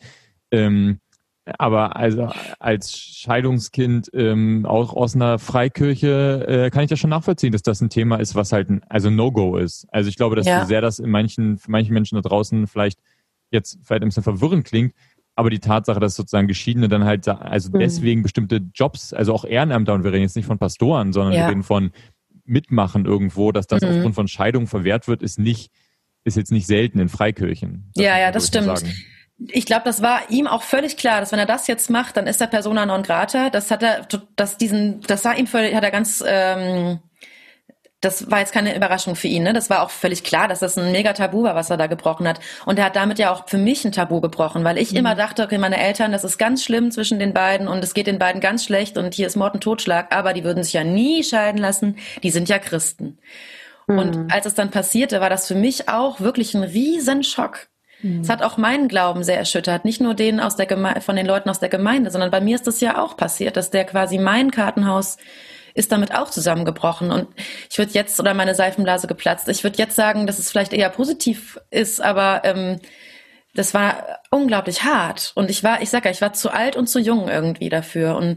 Aber also als Scheidungskind auch aus einer Freikirche kann ich das schon nachvollziehen, dass das ein Thema ist, was halt ein No-Go ist. Also ich glaube, dass so sehr das für manchen Menschen da draußen vielleicht ein bisschen verwirrend klingt, aber die Tatsache, dass sozusagen Geschiedene dann halt deswegen bestimmte Jobs, also auch Ehrenämter, und wir reden jetzt nicht von Pastoren, sondern wir reden von Mitmachen irgendwo, dass das aufgrund von Scheidung verwehrt wird, ist jetzt nicht selten in Freikirchen. Das stimmt. Sagen. Ich glaube, das war ihm auch völlig klar, dass wenn er das jetzt macht, dann ist er persona non grata. Das war ihm völlig, hat er ganz, das war jetzt keine Überraschung für ihn, ne? Das war auch völlig klar, dass das ein mega Tabu war, was er da gebrochen hat. Und er hat damit ja auch für mich ein Tabu gebrochen, weil ich immer dachte, okay, meine Eltern, das ist ganz schlimm zwischen den beiden und es geht den beiden ganz schlecht und hier ist Mord und Totschlag, aber die würden sich ja nie scheiden lassen, die sind ja Christen. Und als es dann passierte, war das für mich auch wirklich ein Riesenschock. Es hat auch meinen Glauben sehr erschüttert, nicht nur den von den Leuten aus der Gemeinde, sondern bei mir ist das ja auch passiert, dass mein Kartenhaus ist damit auch zusammengebrochen und ich würde jetzt, oder meine Seifenblase geplatzt, ich würde jetzt sagen, dass es vielleicht eher positiv ist, aber das war unglaublich hart und ich war zu alt und zu jung irgendwie dafür und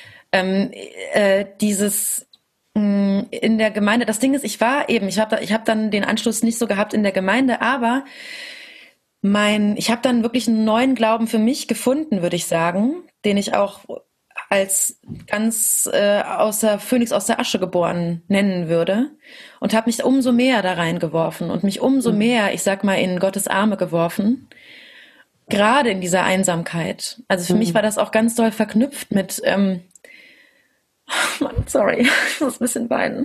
in der Gemeinde, das Ding ist, ich habe dann den Anschluss nicht so gehabt in der Gemeinde, aber ich habe dann wirklich einen neuen Glauben für mich gefunden, würde ich sagen, den ich auch als ganz Phönix aus der Asche geboren nennen würde und habe mich umso mehr da reingeworfen und mich umso mehr, ich sag mal, in Gottes Arme geworfen, gerade in dieser Einsamkeit. Also für mich war das auch ganz doll verknüpft mit, sorry, ich muss ein bisschen weinen.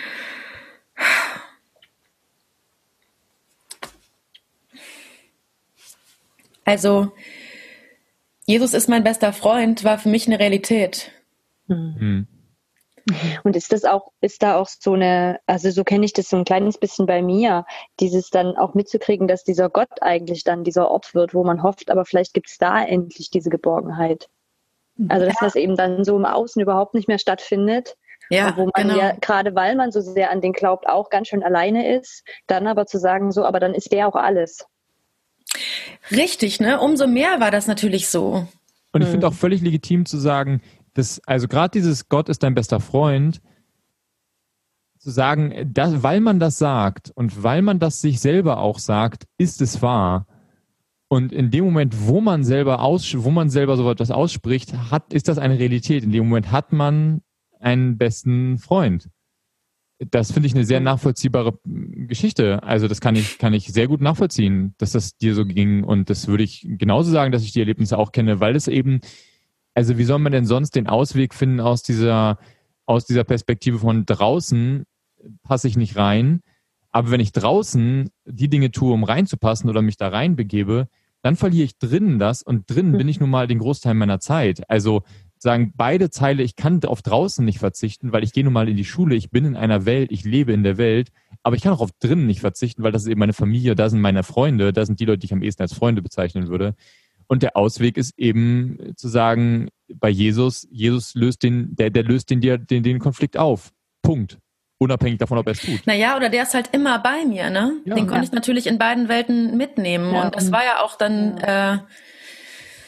Also, Jesus ist mein bester Freund, war für mich eine Realität. Und ist da auch so also so kenne ich das so ein kleines bisschen bei mir, dieses dann auch mitzukriegen, dass dieser Gott eigentlich dann dieser Ort wird, wo man hofft, aber vielleicht gibt es da endlich diese Geborgenheit. Also dass das eben dann so im Außen überhaupt nicht mehr stattfindet. Ja, wo man ja, gerade weil man so sehr an den glaubt, auch ganz schön alleine ist, dann aber zu sagen so, aber dann ist der auch alles. Richtig, ne? Umso mehr war das natürlich so. Und ich finde auch völlig legitim zu sagen, also gerade dieses Gott ist dein bester Freund, zu sagen, weil man das sagt und weil man das sich selber auch sagt, ist es wahr. Und in dem Moment, wo man selber so etwas ausspricht, ist das eine Realität. In dem Moment hat man einen besten Freund. Das finde ich eine sehr nachvollziehbare Geschichte. Also das kann ich sehr gut nachvollziehen, dass das dir so ging. Und das würde ich genauso sagen, dass ich die Erlebnisse auch kenne, weil es eben, also wie soll man denn sonst den Ausweg finden aus dieser Perspektive von draußen passe ich nicht rein. Aber wenn ich draußen die Dinge tue, um reinzupassen oder mich da reinbegebe, dann verliere ich drinnen das und drinnen bin ich nun mal den Großteil meiner Zeit. Also sagen beide Teile, ich kann auf draußen nicht verzichten, weil ich gehe nun mal in die Schule, ich bin in einer Welt, ich lebe in der Welt, aber ich kann auch auf drinnen nicht verzichten, weil das ist eben meine Familie, da sind meine Freunde, da sind die Leute, die ich am ehesten als Freunde bezeichnen würde. Und der Ausweg ist eben zu sagen, bei Jesus löst den Konflikt auf. Punkt. Unabhängig davon, ob er es tut. Naja, oder der ist halt immer bei mir, ne? Ja, den konnte ich natürlich in beiden Welten mitnehmen. Ja. Und das war ja auch dann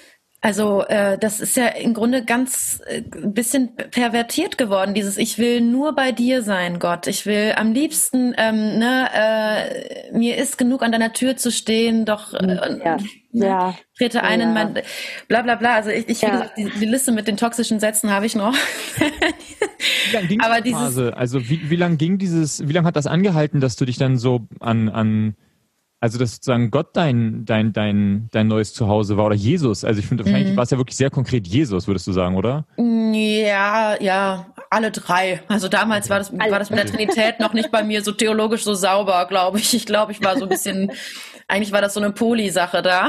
Also das ist ja im Grunde ganz ein bisschen pervertiert geworden, dieses ich will nur bei dir sein, Gott. Ich will am liebsten, mir ist genug an deiner Tür zu stehen, doch trete ein in mein bla bla bla. Also ich wie gesagt, die Liste mit den toxischen Sätzen habe ich noch. Wie lange ging die Phase? Also wie lange wie lange hat das angehalten, dass du dich dann so also dass sozusagen Gott dein neues Zuhause war oder Jesus? Also ich finde, wahrscheinlich war es ja wirklich sehr konkret Jesus, würdest du sagen, oder? Ja, alle drei. Also damals war das mit der Trinität noch nicht bei mir so theologisch so sauber, glaube ich. Ich glaube, ich war so ein bisschen, eigentlich war das so eine Poli-Sache da.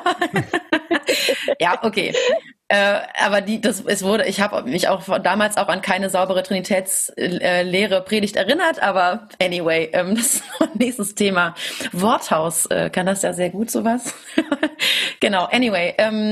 Ja, okay. Aber ich habe mich auch damals auch an keine saubere Trinitätslehre Predigt erinnert, aber anyway, das ist noch ein nächstes Thema. Worthaus kann das ja sehr gut, sowas. Genau, anyway,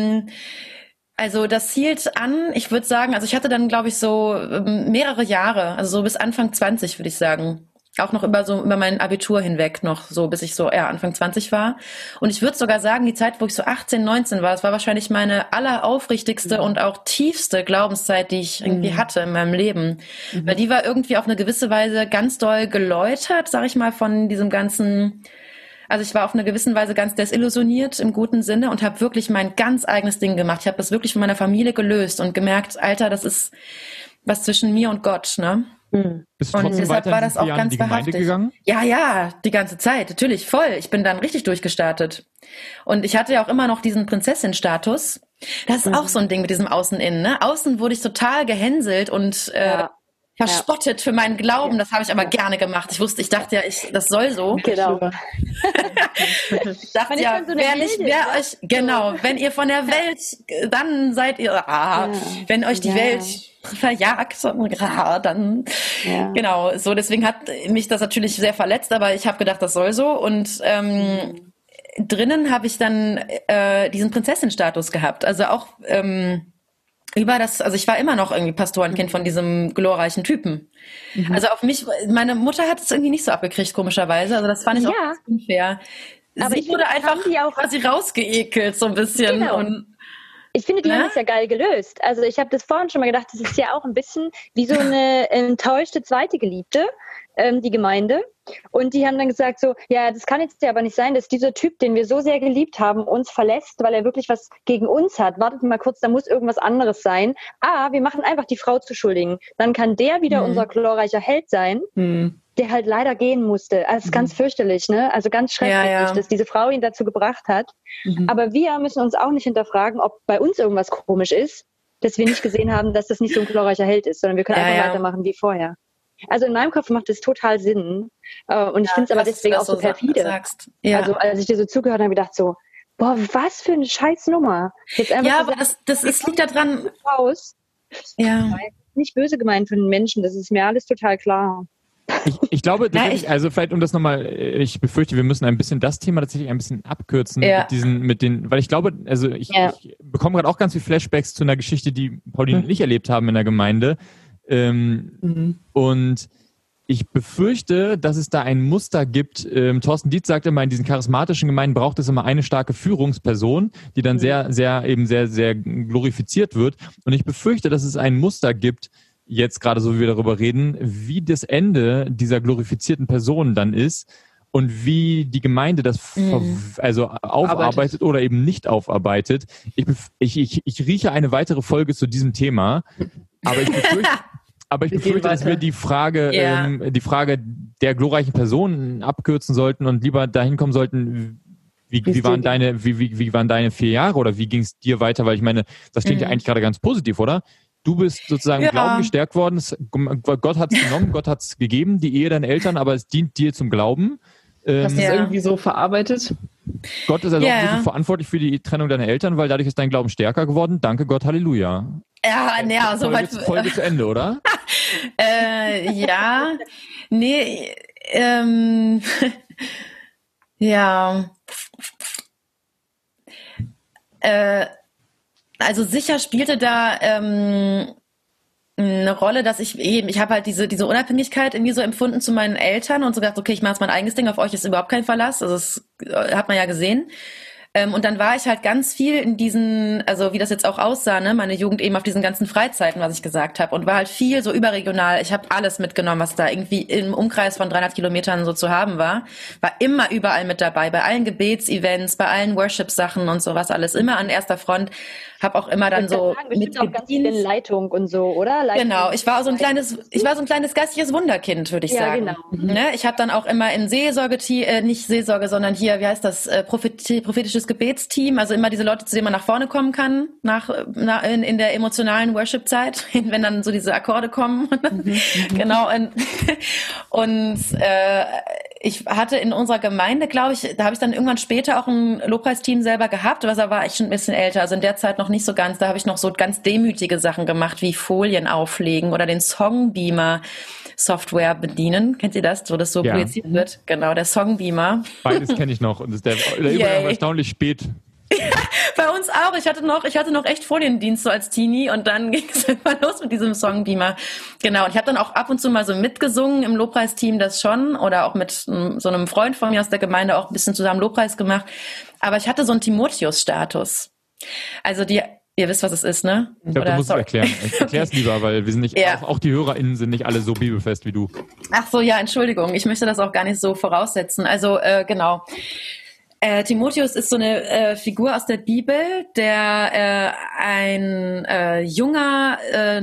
also das hielt an, ich würde sagen, also ich hatte dann, glaube ich, so mehrere Jahre, also so bis Anfang 20, würde ich sagen. Auch noch über mein Abitur hinweg noch, so bis ich so Anfang 20 war. Und ich würde sogar sagen, die Zeit, wo ich so 18, 19 war, das war wahrscheinlich meine alleraufrichtigste und auch tiefste Glaubenszeit, die ich irgendwie hatte in meinem Leben. Weil die war irgendwie auf eine gewisse Weise ganz doll geläutert, sag ich mal, von diesem ganzen, also ich war auf eine gewisse Weise ganz desillusioniert im guten Sinne und habe wirklich mein ganz eigenes Ding gemacht. Ich habe das wirklich von meiner Familie gelöst und gemerkt, Alter, das ist was zwischen mir und Gott, ne? Bist du trotzdem weiter war das auch ganz in die Gemeinde gegangen? Ja, die ganze Zeit, natürlich, voll. Ich bin dann richtig durchgestartet. Und ich hatte ja auch immer noch diesen Prinzessin-Status. Das ist auch so ein Ding mit diesem Außen-Innen, ne? Außen wurde ich total gehänselt und verspottet für meinen Glauben. Das habe ich aber gerne gemacht. Ich dachte ja, das soll so. Genau. Ich dachte ja, wenn ihr von der Welt, dann seid ihr, wenn euch die Welt verjagt, dann, genau, so, deswegen hat mich das natürlich sehr verletzt, aber ich habe gedacht, das soll so und drinnen habe ich dann diesen Prinzessin-Status gehabt, also auch also ich war immer noch irgendwie Pastorenkind von diesem glorreichen Typen. Also auf mich, meine Mutter hat es irgendwie nicht so abgekriegt, komischerweise, also das fand ich auch ganz unfair. Aber sie wurde einfach quasi rausgeekelt, so ein bisschen. Genau. Und ich finde, die haben es ja geil gelöst. Also ich habe das vorhin schon mal gedacht, das ist ja auch ein bisschen wie so eine enttäuschte zweite Geliebte, die Gemeinde. Und die haben dann gesagt so, ja, das kann jetzt ja aber nicht sein, dass dieser Typ, den wir so sehr geliebt haben, uns verlässt, weil er wirklich was gegen uns hat. Wartet mal kurz, da muss irgendwas anderes sein. Wir machen einfach die Frau zu Schuldigen. Dann kann der wieder unser glorreicher Held sein, der halt leider gehen musste. Also ganz fürchterlich, ne? Also ganz schrecklich, dass diese Frau ihn dazu gebracht hat. Aber wir müssen uns auch nicht hinterfragen, ob bei uns irgendwas komisch ist, dass wir nicht gesehen haben, dass das nicht so ein glorreicher Held ist, sondern wir können einfach weitermachen wie vorher. Also in meinem Kopf macht das total Sinn. Und ich finde es aber deswegen auch so perfide. Also als ich dir so zugehört habe, habe ich gedacht so, boah, was für eine Scheißnummer. Jetzt einfach aber das liegt da dran. Raus. Ja. Nicht böse gemeint von den Menschen, das ist mir alles total klar. Ich glaube, also vielleicht um das nochmal, ich befürchte, wir müssen ein bisschen das Thema tatsächlich ein bisschen abkürzen weil ich glaube, also ich bekomme gerade auch ganz viele Flashbacks zu einer Geschichte, die Pauline und ich erlebt haben in der Gemeinde. Und ich befürchte, dass es da ein Muster gibt. Thorsten Dietz sagt immer, in diesen charismatischen Gemeinden braucht es immer eine starke Führungsperson, die dann sehr, sehr, sehr glorifiziert wird. Und ich befürchte, dass es ein Muster gibt, jetzt gerade so wie wir darüber reden, wie das Ende dieser glorifizierten Person dann ist und wie die Gemeinde das aufarbeitet oder eben nicht aufarbeitet. Ich rieche eine weitere Folge zu diesem Thema, aber ich befürchte, dass wir die Frage der glorreichen Personen abkürzen sollten und lieber dahin kommen sollten, wie waren deine 4 Jahre oder wie ging es dir weiter? Weil ich meine, das klingt ja eigentlich gerade ganz positiv, oder? Du bist sozusagen im Glauben gestärkt worden. Gott hat es genommen, Gott hat es gegeben, die Ehe deiner Eltern, aber es dient dir zum Glauben. Hast du es irgendwie so verarbeitet? Gott ist also auch wirklich verantwortlich für die Trennung deiner Eltern, weil dadurch ist dein Glauben stärker geworden. Danke Gott, Halleluja. Soweit. Folge zu Ende, oder? Also sicher spielte da eine Rolle, dass ich habe halt diese Unabhängigkeit irgendwie so empfunden zu meinen Eltern und so gedacht, okay, ich mache jetzt mein eigenes Ding, auf euch ist überhaupt kein Verlass, also das hat man ja gesehen. Und dann war ich halt ganz viel in diesen, also wie das jetzt auch aussah, ne, meine Jugend eben auf diesen ganzen Freizeiten, was ich gesagt habe, und war halt viel so überregional. Ich habe alles mitgenommen, was da irgendwie im Umkreis von 300 Kilometern so zu haben war. War immer überall mit dabei, bei allen Gebetsevents, bei allen Worship-Sachen und sowas alles, immer an erster Front. Habe auch immer dann so mit auch ganz viel in Leitung und so, oder? Leitung. Genau, ich war so ein kleines geistliches Wunderkind, würde ich sagen. Genau. Ne? Ich habe dann auch immer in nicht Seelsorge, sondern hier, wie heißt das, prophetisches Gebetsteam, also immer diese Leute, zu denen man nach vorne kommen kann, in der emotionalen Worship-Zeit, wenn dann so diese Akkorde kommen. Genau. Und ich hatte in unserer Gemeinde, glaube ich, da habe ich dann irgendwann später auch ein Lobpreisteam selber gehabt, aber da war ich schon ein bisschen älter, also in der Zeit noch nicht so ganz. Da habe ich noch so ganz demütige Sachen gemacht, wie Folien auflegen oder den Songbeamer Software bedienen. Kennt ihr das, wo das so projiziert wird? Genau, der Songbeamer. Beides kenne ich noch und der immer erstaunlich spät. Bei uns auch. Ich hatte noch echt Foliendienst so als Teenie und dann ging es immer los mit diesem Songbeamer. Genau. Und ich habe dann auch ab und zu mal so mitgesungen im Lobpreisteam, das schon, oder auch mit so einem Freund von mir aus der Gemeinde auch ein bisschen zusammen Lobpreis gemacht. Aber ich hatte so einen Timotheus-Status. Also ihr wisst, was es ist, ne? Ich glaube, du musst es erklären. Erklär es lieber, weil wir sind nicht, auch die HörerInnen sind nicht alle so bibelfest wie du. Ach so, ja, Entschuldigung. Ich möchte das auch gar nicht so voraussetzen. Also, genau. Timotheus ist so eine Figur aus der Bibel, der ein junger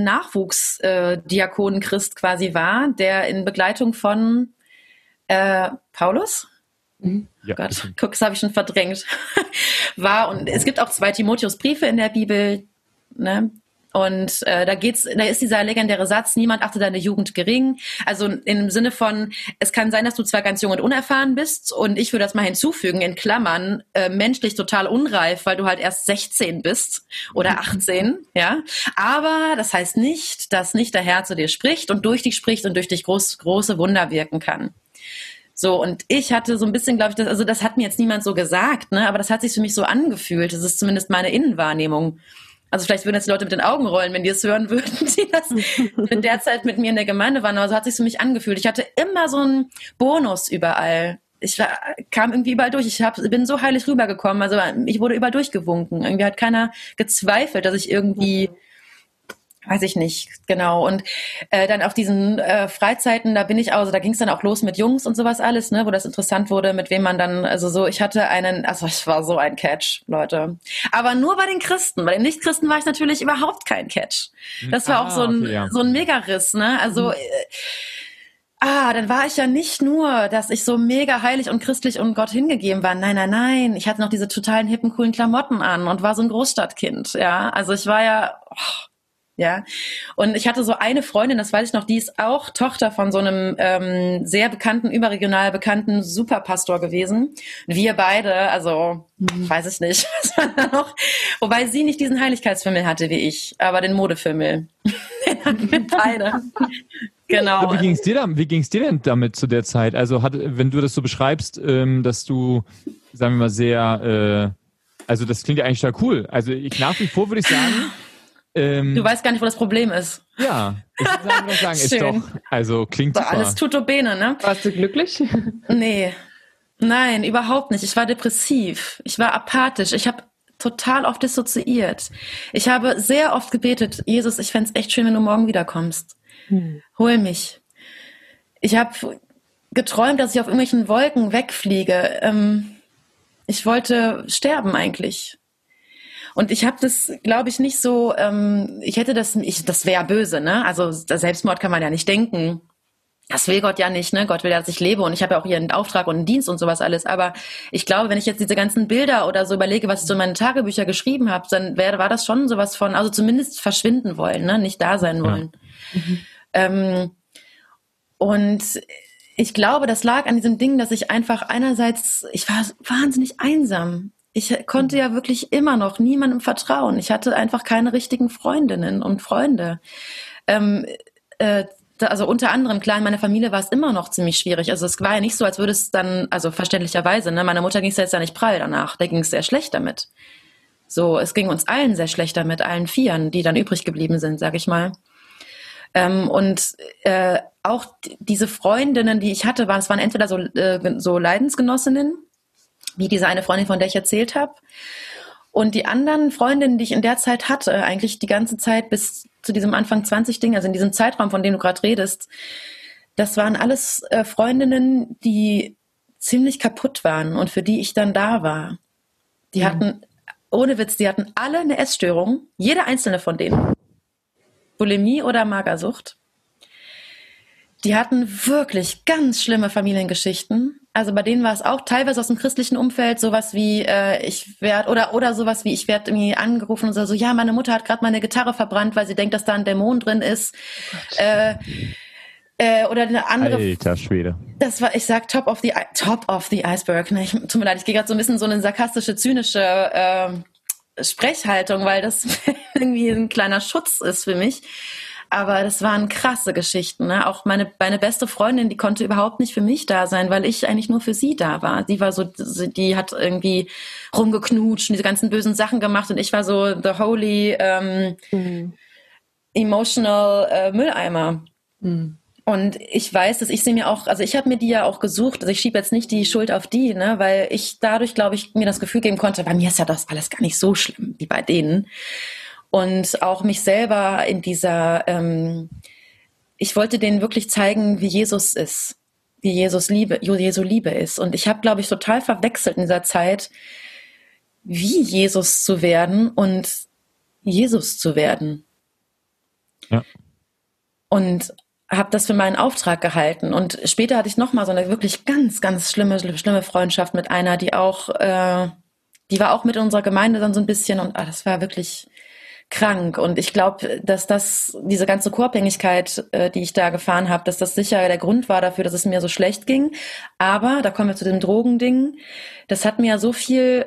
Nachwuchsdiakonenchrist quasi war, der in Begleitung von Paulus? Ja, Gott, guck, das habe ich schon verdrängt. War, und es gibt auch 2 Timotheus-Briefe in der Bibel, ne? Und da ist dieser legendäre Satz: Niemand achte deine Jugend gering. Also im Sinne von, es kann sein, dass du zwar ganz jung und unerfahren bist, und ich würde das mal hinzufügen, in Klammern, menschlich total unreif, weil du halt erst 16 bist oder 18, ja. Aber das heißt nicht, dass nicht der Herr zu dir spricht und durch dich spricht und durch dich große Wunder wirken kann. So, und ich hatte so ein bisschen, glaube ich, das hat mir jetzt niemand so gesagt, ne, aber das hat sich für mich so angefühlt. Das ist zumindest meine Innenwahrnehmung. Also vielleicht würden jetzt die Leute mit den Augen rollen, wenn die es hören würden, die das in der Zeit mit mir in der Gemeinde waren. Aber so hat es sich für mich angefühlt. Ich hatte immer so einen Bonus überall. Kam irgendwie überall durch. Bin so heilig rübergekommen. Also ich wurde überall durchgewunken. Irgendwie hat keiner gezweifelt, dass ich irgendwie, weiß ich nicht, genau. Und dann auf diesen Freizeiten, da ging es dann auch los mit Jungs und sowas alles, ne, wo das interessant wurde, mit wem man dann, ich war so ein Catch, Leute. Aber nur bei den Christen. Bei den Nicht-Christen war ich natürlich überhaupt kein Catch. Das war auch so ein Megariss, ne, also dann war ich ja nicht nur, dass ich so mega heilig und christlich und Gott hingegeben war. Nein. Ich hatte noch diese totalen hippen, coolen Klamotten an und war so ein Großstadtkind, ja. Also ich war ja, ja, und ich hatte so eine Freundin, das weiß ich noch, die ist auch Tochter von so einem sehr bekannten, überregional bekannten Superpastor gewesen. Wir beide, also weiß ich nicht, was man da noch, wobei sie nicht diesen Heiligkeitsfimmel hatte wie ich, aber den Modefimmel. Den hatten wir beide. Genau. Wie ging's dir denn damit zu der Zeit? Also wenn du das so beschreibst, dass du, sagen wir mal, sehr, also das klingt ja eigentlich total cool. Also nach wie vor würde ich sagen, du weißt gar nicht, wo das Problem ist. Ja, ich würde sagen, ist doch, also klingt super. Alles tutto bene, ne? Warst du glücklich? Nee, nein, überhaupt nicht. Ich war depressiv, ich war apathisch, ich habe total oft dissoziiert. Ich habe sehr oft gebetet: Jesus, ich fänd's echt schön, wenn du morgen wiederkommst. Hol mich. Ich habe geträumt, dass ich auf irgendwelchen Wolken wegfliege. Ich wollte sterben eigentlich. Und ich habe das, glaube ich, nicht so, das wäre böse, ne? Also Selbstmord kann man ja nicht denken. Das will Gott ja nicht, ne? Gott will ja, dass ich lebe, und ich habe ja auch hier einen Auftrag und einen Dienst und sowas alles. Aber ich glaube, wenn ich jetzt diese ganzen Bilder oder so überlege, was ich so in meinen Tagebücher geschrieben habe, dann war das schon sowas von, also zumindest verschwinden wollen, ne? Nicht da sein wollen. Ja. Und ich glaube, das lag an diesem Ding, dass ich einfach ich war wahnsinnig einsam. Ich konnte ja wirklich immer noch niemandem vertrauen. Ich hatte einfach keine richtigen Freundinnen und Freunde. Also unter anderem, klar, in meiner Familie war es immer noch ziemlich schwierig. Also es war ja nicht so, als würde es dann, also verständlicherweise, ne, meiner Mutter ging es jetzt ja nicht prall danach. Der ging es sehr schlecht damit. So, es ging uns allen sehr schlecht damit, allen Vieren, die dann übrig geblieben sind, sag ich mal. Und auch diese Freundinnen, die ich hatte, waren entweder so Leidensgenossinnen, wie diese eine Freundin, von der ich erzählt habe. Und die anderen Freundinnen, die ich in der Zeit hatte, eigentlich die ganze Zeit bis zu diesem Anfang 20 Ding, also in diesem Zeitraum, von dem du gerade redest, das waren alles Freundinnen, die ziemlich kaputt waren und für die ich dann da war. Die hatten, ohne Witz, die hatten alle eine Essstörung, jede einzelne von denen. Bulimie oder Magersucht. Die hatten wirklich ganz schlimme Familiengeschichten. Also bei denen war es auch teilweise aus dem christlichen Umfeld sowas wie ich werde oder sowas wie ich werde irgendwie angerufen und so ja, meine Mutter hat gerade meine Gitarre verbrannt, weil sie denkt, dass da ein Dämon drin ist. Oder eine andere. Alter Schwede. Das war, ich sag top of the Iceberg. Ne? Tut mir leid, ich gehe gerade so ein bisschen so eine sarkastische, zynische Sprechhaltung, weil das irgendwie ein kleiner Schutz ist für mich. Aber das waren krasse Geschichten. Ne? Auch meine beste Freundin, die konnte überhaupt nicht für mich da sein, weil ich eigentlich nur für sie da war. Die war so, die hat irgendwie rumgeknutscht und diese ganzen bösen Sachen gemacht und ich war so the holy emotional Mülleimer. Und ich weiß, dass ich sie mir auch, also ich habe mir die ja auch gesucht, also ich schiebe jetzt nicht die Schuld auf die, ne, weil ich dadurch, glaube ich, mir das Gefühl geben konnte, bei mir ist ja das alles gar nicht so schlimm wie bei denen. Und auch mich selber in dieser, ich wollte denen wirklich zeigen, wie Jesus ist, wie Jesu Liebe ist. Und ich habe, glaube ich, total verwechselt in dieser Zeit, wie Jesus zu werden und Jesus zu werden. Ja. Und habe das für meinen Auftrag gehalten. Und später hatte ich nochmal so eine wirklich ganz, ganz schlimme Freundschaft mit einer, die war auch mit unserer Gemeinde dann so ein bisschen und das war wirklich krank. Und ich glaube, dass diese ganze Co-Abhängigkeit, die ich da gefahren habe, dass das sicher der Grund war dafür, dass es mir so schlecht ging. Aber, da kommen wir zu dem Drogending, das hat mir ja so viel,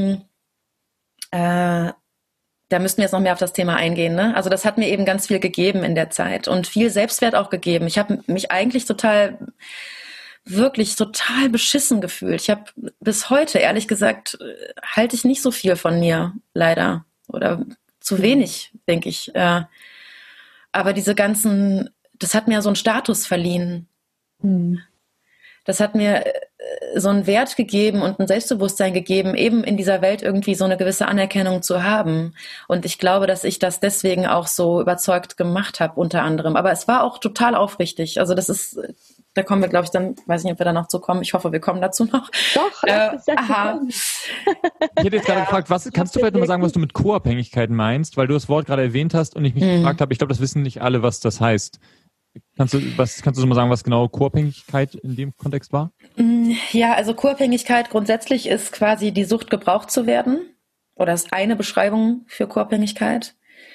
da müssten wir jetzt noch mehr auf das Thema eingehen, ne? Also das hat mir eben ganz viel gegeben in der Zeit und viel Selbstwert auch gegeben. Ich habe mich eigentlich wirklich total beschissen gefühlt. Ich habe bis heute, ehrlich gesagt, halte ich nicht so viel von mir, leider. Oder zu wenig, denke ich. Aber das hat mir so einen Status verliehen. Das hat mir so einen Wert gegeben und ein Selbstbewusstsein gegeben, eben in dieser Welt irgendwie so eine gewisse Anerkennung zu haben. Und ich glaube, dass ich das deswegen auch so überzeugt gemacht habe, unter anderem. Aber es war auch total aufrichtig. Also da kommen wir, glaube ich, dann, weiß nicht, ob wir da noch zu kommen. Ich hoffe, wir kommen dazu noch. Doch, aha. Ich hätte jetzt gerade gefragt, kannst du vielleicht nochmal sagen, was du mit Co-Abhängigkeit meinst? Weil du das Wort gerade erwähnt hast und ich mich gefragt habe, ich glaube, das wissen nicht alle, was das heißt. Kannst du so mal sagen, was genau Co-Abhängigkeit in dem Kontext war? Ja, also Co-Abhängigkeit grundsätzlich ist quasi die Sucht, gebraucht zu werden. Oder ist eine Beschreibung für Co-Abhängigkeit.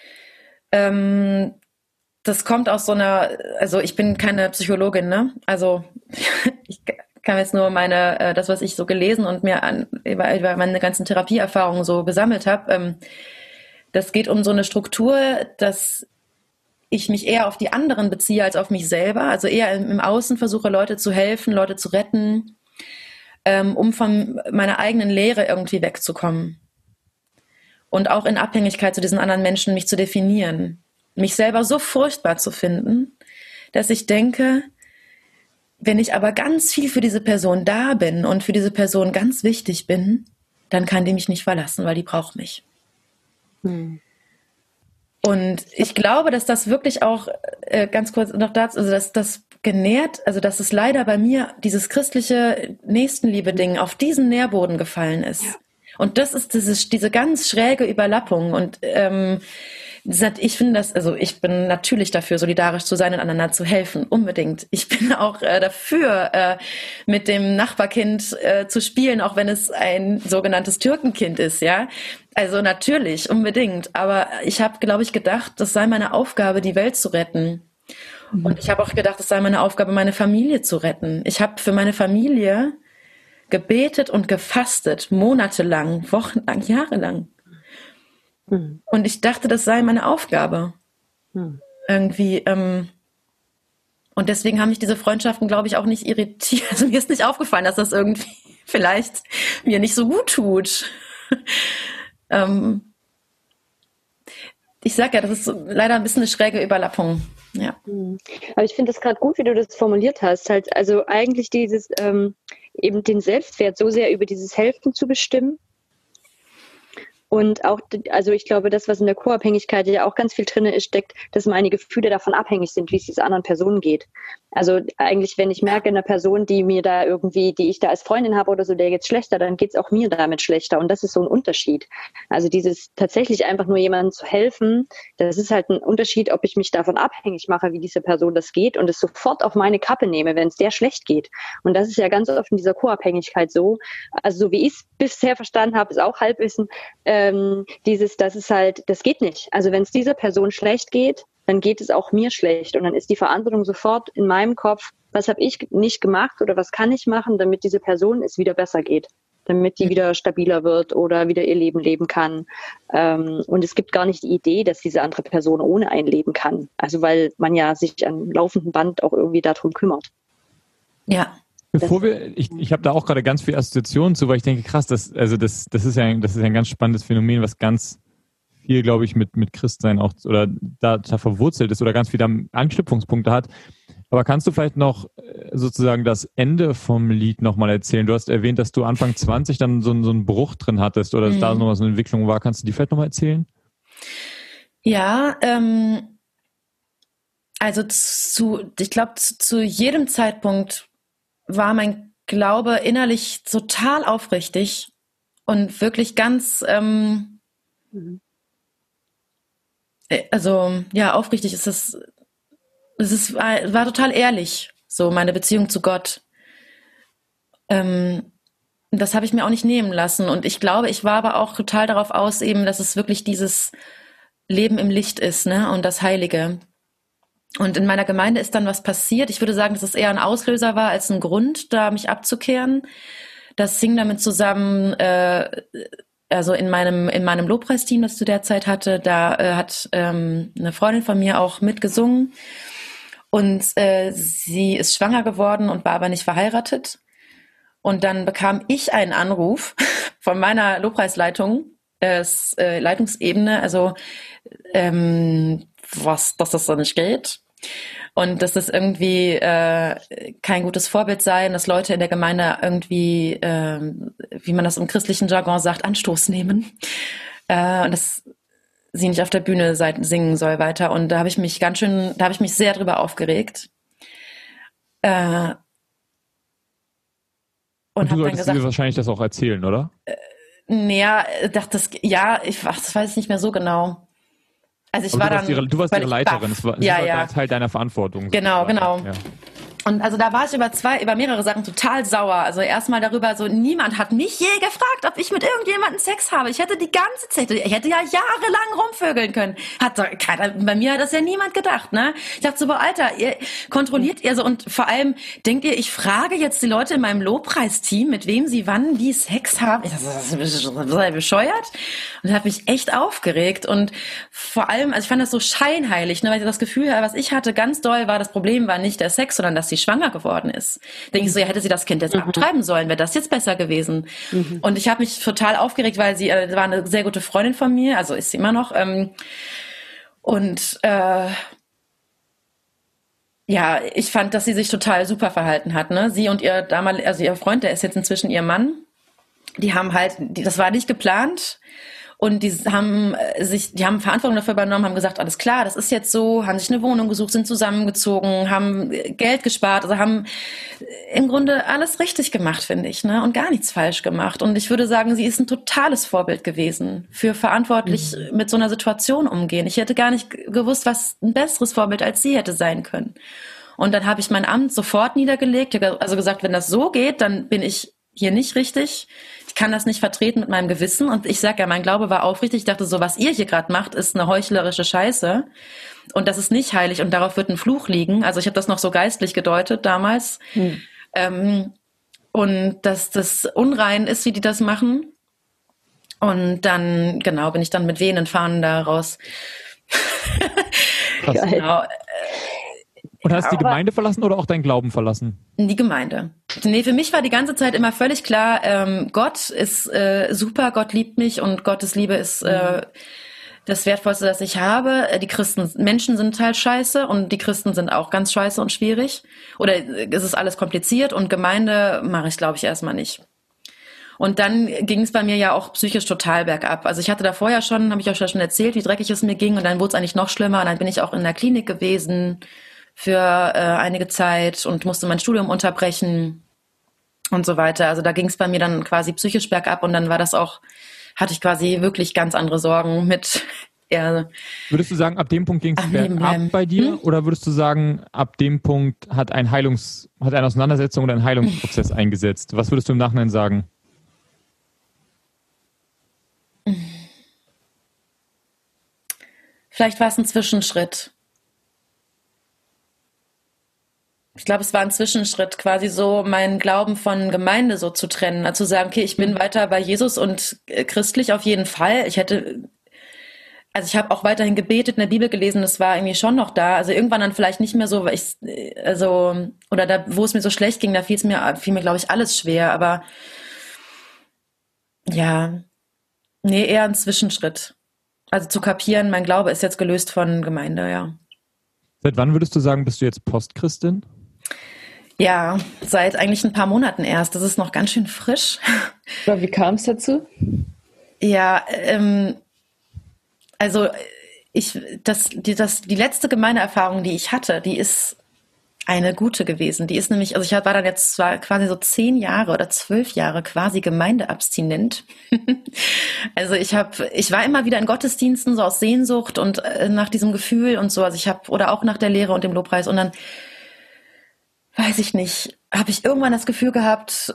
Das kommt aus so einer, also ich bin keine Psychologin, ne? Also ich kann jetzt nur das, was ich so gelesen und mir über meine ganzen Therapieerfahrungen so gesammelt habe. Das geht um so eine Struktur, dass ich mich eher auf die anderen beziehe als auf mich selber, also eher im Außen versuche, Leute zu helfen, Leute zu retten, um von meiner eigenen Leere irgendwie wegzukommen. Und auch in Abhängigkeit zu diesen anderen Menschen mich zu definieren. Mich selber so furchtbar zu finden, dass ich denke, wenn ich aber ganz viel für diese Person da bin und für diese Person ganz wichtig bin, dann kann die mich nicht verlassen, weil die braucht mich. Und ich glaube, dass das wirklich auch, ganz kurz noch dazu, also dass das genährt, also dass es leider bei mir dieses christliche Nächstenliebe-Ding auf diesen Nährboden gefallen ist. Ja. Und das ist diese ganz schräge Überlappung. Und ich finde ich bin natürlich dafür, solidarisch zu sein und einander zu helfen, unbedingt. Ich bin auch dafür, mit dem Nachbarkind zu spielen, auch wenn es ein sogenanntes Türkenkind ist, ja. Also natürlich, unbedingt. Aber ich habe, glaube ich, gedacht, das sei meine Aufgabe, die Welt zu retten. Und ich habe auch gedacht, es sei meine Aufgabe, meine Familie zu retten. Ich habe für meine Familie gebetet und gefastet, monatelang, wochenlang, jahrelang. Und ich dachte, das sei meine Aufgabe. Irgendwie. Und deswegen haben mich diese Freundschaften, glaube ich, auch nicht irritiert. Also mir ist nicht aufgefallen, dass das irgendwie vielleicht mir nicht so gut tut. Ich sag ja, das ist leider ein bisschen eine schräge Überlappung. Ja. Aber ich finde das gerade gut, wie du das formuliert hast. Halt, also eigentlich eben den Selbstwert so sehr über dieses Helfen zu bestimmen. Und auch, also ich glaube, das, was in der Co-Abhängigkeit ja auch ganz viel drin steckt, dass meine Gefühle davon abhängig sind, wie es dieser anderen Person geht. Also eigentlich, wenn ich merke, einer Person, die mir da irgendwie, die ich da als Freundin habe oder so, der geht's schlechter, dann geht's auch mir damit schlechter. Und das ist so ein Unterschied. Also dieses tatsächlich einfach nur jemandem zu helfen, das ist halt ein Unterschied, ob ich mich davon abhängig mache, wie diese Person das geht und es sofort auf meine Kappe nehme, wenn es der schlecht geht. Und das ist ja ganz oft in dieser Co-Abhängigkeit so. Also so wie ich es bisher verstanden habe, ist auch Halbwissen, das ist halt, das geht nicht. Also wenn es dieser Person schlecht geht, dann geht es auch mir schlecht. Und dann ist die Verantwortung sofort in meinem Kopf, was habe ich nicht gemacht oder was kann ich machen, damit diese Person es wieder besser geht. Damit die wieder stabiler wird oder wieder ihr Leben leben kann. Und es gibt gar nicht die Idee, dass diese andere Person ohne einen leben kann. Also weil man ja sich an laufendem Band auch irgendwie darum kümmert. Ja. Ich habe da auch gerade ganz viel Assoziationen zu, weil ich denke, krass, das ist ja ein ganz spannendes Phänomen, was ganz viel, glaube ich, mit Christsein auch oder da verwurzelt ist oder ganz viele Anknüpfungspunkte hat. Aber kannst du vielleicht noch sozusagen das Ende vom Lied nochmal erzählen? Du hast erwähnt, dass du Anfang 20 dann so einen Bruch drin hattest oder dass da nochmal so eine Entwicklung war. Kannst du die vielleicht nochmal erzählen? Ja, also ich glaube, zu jedem Zeitpunkt war mein Glaube innerlich total aufrichtig und wirklich ganz, aufrichtig ist es. War total ehrlich, so meine Beziehung zu Gott. Das habe ich mir auch nicht nehmen lassen. Und ich glaube, ich war aber auch total darauf aus, eben, dass es wirklich dieses Leben im Licht ist, ne, und das Heilige. Und in meiner Gemeinde ist dann was passiert. Ich würde sagen, dass es eher ein Auslöser war als ein Grund, da mich abzukehren. Das hing damit zusammen, also in meinem Lobpreisteam, das ich zu der Zeit hatte, da hat eine Freundin von mir auch mitgesungen. Und sie ist schwanger geworden und war aber nicht verheiratet. Und dann bekam ich einen Anruf von meiner Lobpreisleitung, Leitungsebene, also dass das so nicht geht. Und dass das irgendwie kein gutes Vorbild sei und dass Leute in der Gemeinde irgendwie, wie man das im christlichen Jargon sagt, Anstoß nehmen. Und dass sie nicht auf der Bühne singen soll weiter. Und da habe ich mich sehr drüber aufgeregt. Und du solltest dir wahrscheinlich das auch erzählen, oder? Das weiß ich nicht mehr so genau. Also du warst ihre Leiterin, es war Teil deiner Verantwortung. Genau. Ja. Und also da war ich über mehrere Sachen total sauer. Also erstmal darüber, so niemand hat mich je gefragt, ob ich mit irgendjemandem Sex habe. Ich hätte die ganze Zeit, ich hätte ja jahrelang rumvögeln können. Bei mir hat das ja niemand gedacht, ne? Ich dachte so, Alter, ihr kontrolliert ihr so und vor allem denkt ihr, ich frage jetzt die Leute in meinem Lobpreisteam, mit wem sie wann wie Sex haben. Das ist bescheuert. Und habe mich echt aufgeregt und vor allem, also ich fand das so scheinheilig, ne, weil ich das Gefühl hatte, was ich hatte, ganz doll war, das Problem war nicht der Sex, sondern dass sie schwanger geworden ist. Denke ich so, ja, hätte sie das Kind jetzt abtreiben sollen, wäre das jetzt besser gewesen. Und ich habe mich total aufgeregt, weil sie war eine sehr gute Freundin von mir, also ist sie immer noch. Ich fand, dass sie sich total super verhalten hat. Ne? Sie und ihr Freund, der ist jetzt inzwischen ihr Mann, das war nicht geplant. Und die haben Verantwortung dafür übernommen, haben gesagt, alles klar, das ist jetzt so, haben sich eine Wohnung gesucht, sind zusammengezogen, haben Geld gespart, also haben im Grunde alles richtig gemacht, finde ich, ne, und gar nichts falsch gemacht. Und ich würde sagen, sie ist ein totales Vorbild gewesen für verantwortlich mit so einer Situation umgehen. Ich hätte gar nicht gewusst, was ein besseres Vorbild als sie hätte sein können. Und dann habe ich mein Amt sofort niedergelegt, also gesagt, wenn das so geht, dann bin ich hier nicht richtig. Ich kann das nicht vertreten mit meinem Gewissen. Und ich sage ja, mein Glaube war aufrichtig. Ich dachte so, was ihr hier gerade macht, ist eine heuchlerische Scheiße. Und das ist nicht heilig und darauf wird ein Fluch liegen. Also ich habe das noch so geistlich gedeutet damals. Und dass das unrein ist, wie die das machen. Und dann, genau, bin ich dann mit wehenden Fahnen da raus. Genau. Und hast du die Gemeinde verlassen oder auch deinen Glauben verlassen? Die Gemeinde. Nee, für mich war die ganze Zeit immer völlig klar, Gott ist super, Gott liebt mich und Gottes Liebe ist das Wertvollste, das ich habe. Menschen sind halt scheiße und die Christen sind auch ganz scheiße und schwierig. Oder es ist alles kompliziert und Gemeinde mache ich, glaube ich, erstmal nicht. Und dann ging es bei mir ja auch psychisch total bergab. Also ich hatte da vorher schon, habe ich euch ja schon erzählt, wie dreckig es mir ging. Und dann wurde es eigentlich noch schlimmer. Und dann bin ich auch in der Klinik gewesen für einige Zeit und musste mein Studium unterbrechen und so weiter. Also da ging es bei mir dann quasi psychisch bergab. Und dann hatte ich quasi wirklich ganz andere Sorgen mit. Würdest du sagen, ab dem Punkt ging es bergab bei dir? Oder würdest du sagen, ab dem Punkt hat eine Auseinandersetzung oder ein Heilungsprozess eingesetzt? Was würdest du im Nachhinein sagen? Vielleicht war es ein Zwischenschritt. Ich glaube, es war ein Zwischenschritt, quasi so meinen Glauben von Gemeinde so zu trennen. Also zu sagen, okay, ich bin weiter bei Jesus und christlich auf jeden Fall. Ich habe auch weiterhin gebetet, in der Bibel gelesen, das war irgendwie schon noch da. Also irgendwann dann vielleicht nicht mehr so, wo es mir so schlecht ging, da fiel mir, glaube ich, alles schwer. Aber ja, nee, eher ein Zwischenschritt. Also zu kapieren, mein Glaube ist jetzt gelöst von Gemeinde, ja. Seit wann würdest du sagen, bist du jetzt Postchristin? Ja, seit eigentlich ein paar Monaten erst. Das ist noch ganz schön frisch. Aber wie kam es dazu? Ja, also die letzte Gemeindeerfahrung, die ich hatte, die ist eine gute gewesen. Die ist nämlich, also ich war dann jetzt zwar quasi so 10 Jahre oder 12 Jahre quasi gemeindeabstinent. Also ich war immer wieder in Gottesdiensten so aus Sehnsucht und nach diesem Gefühl und so. Also oder auch nach der Lehre und dem Lobpreis. Und dann, weiß ich nicht, habe ich irgendwann das Gefühl gehabt,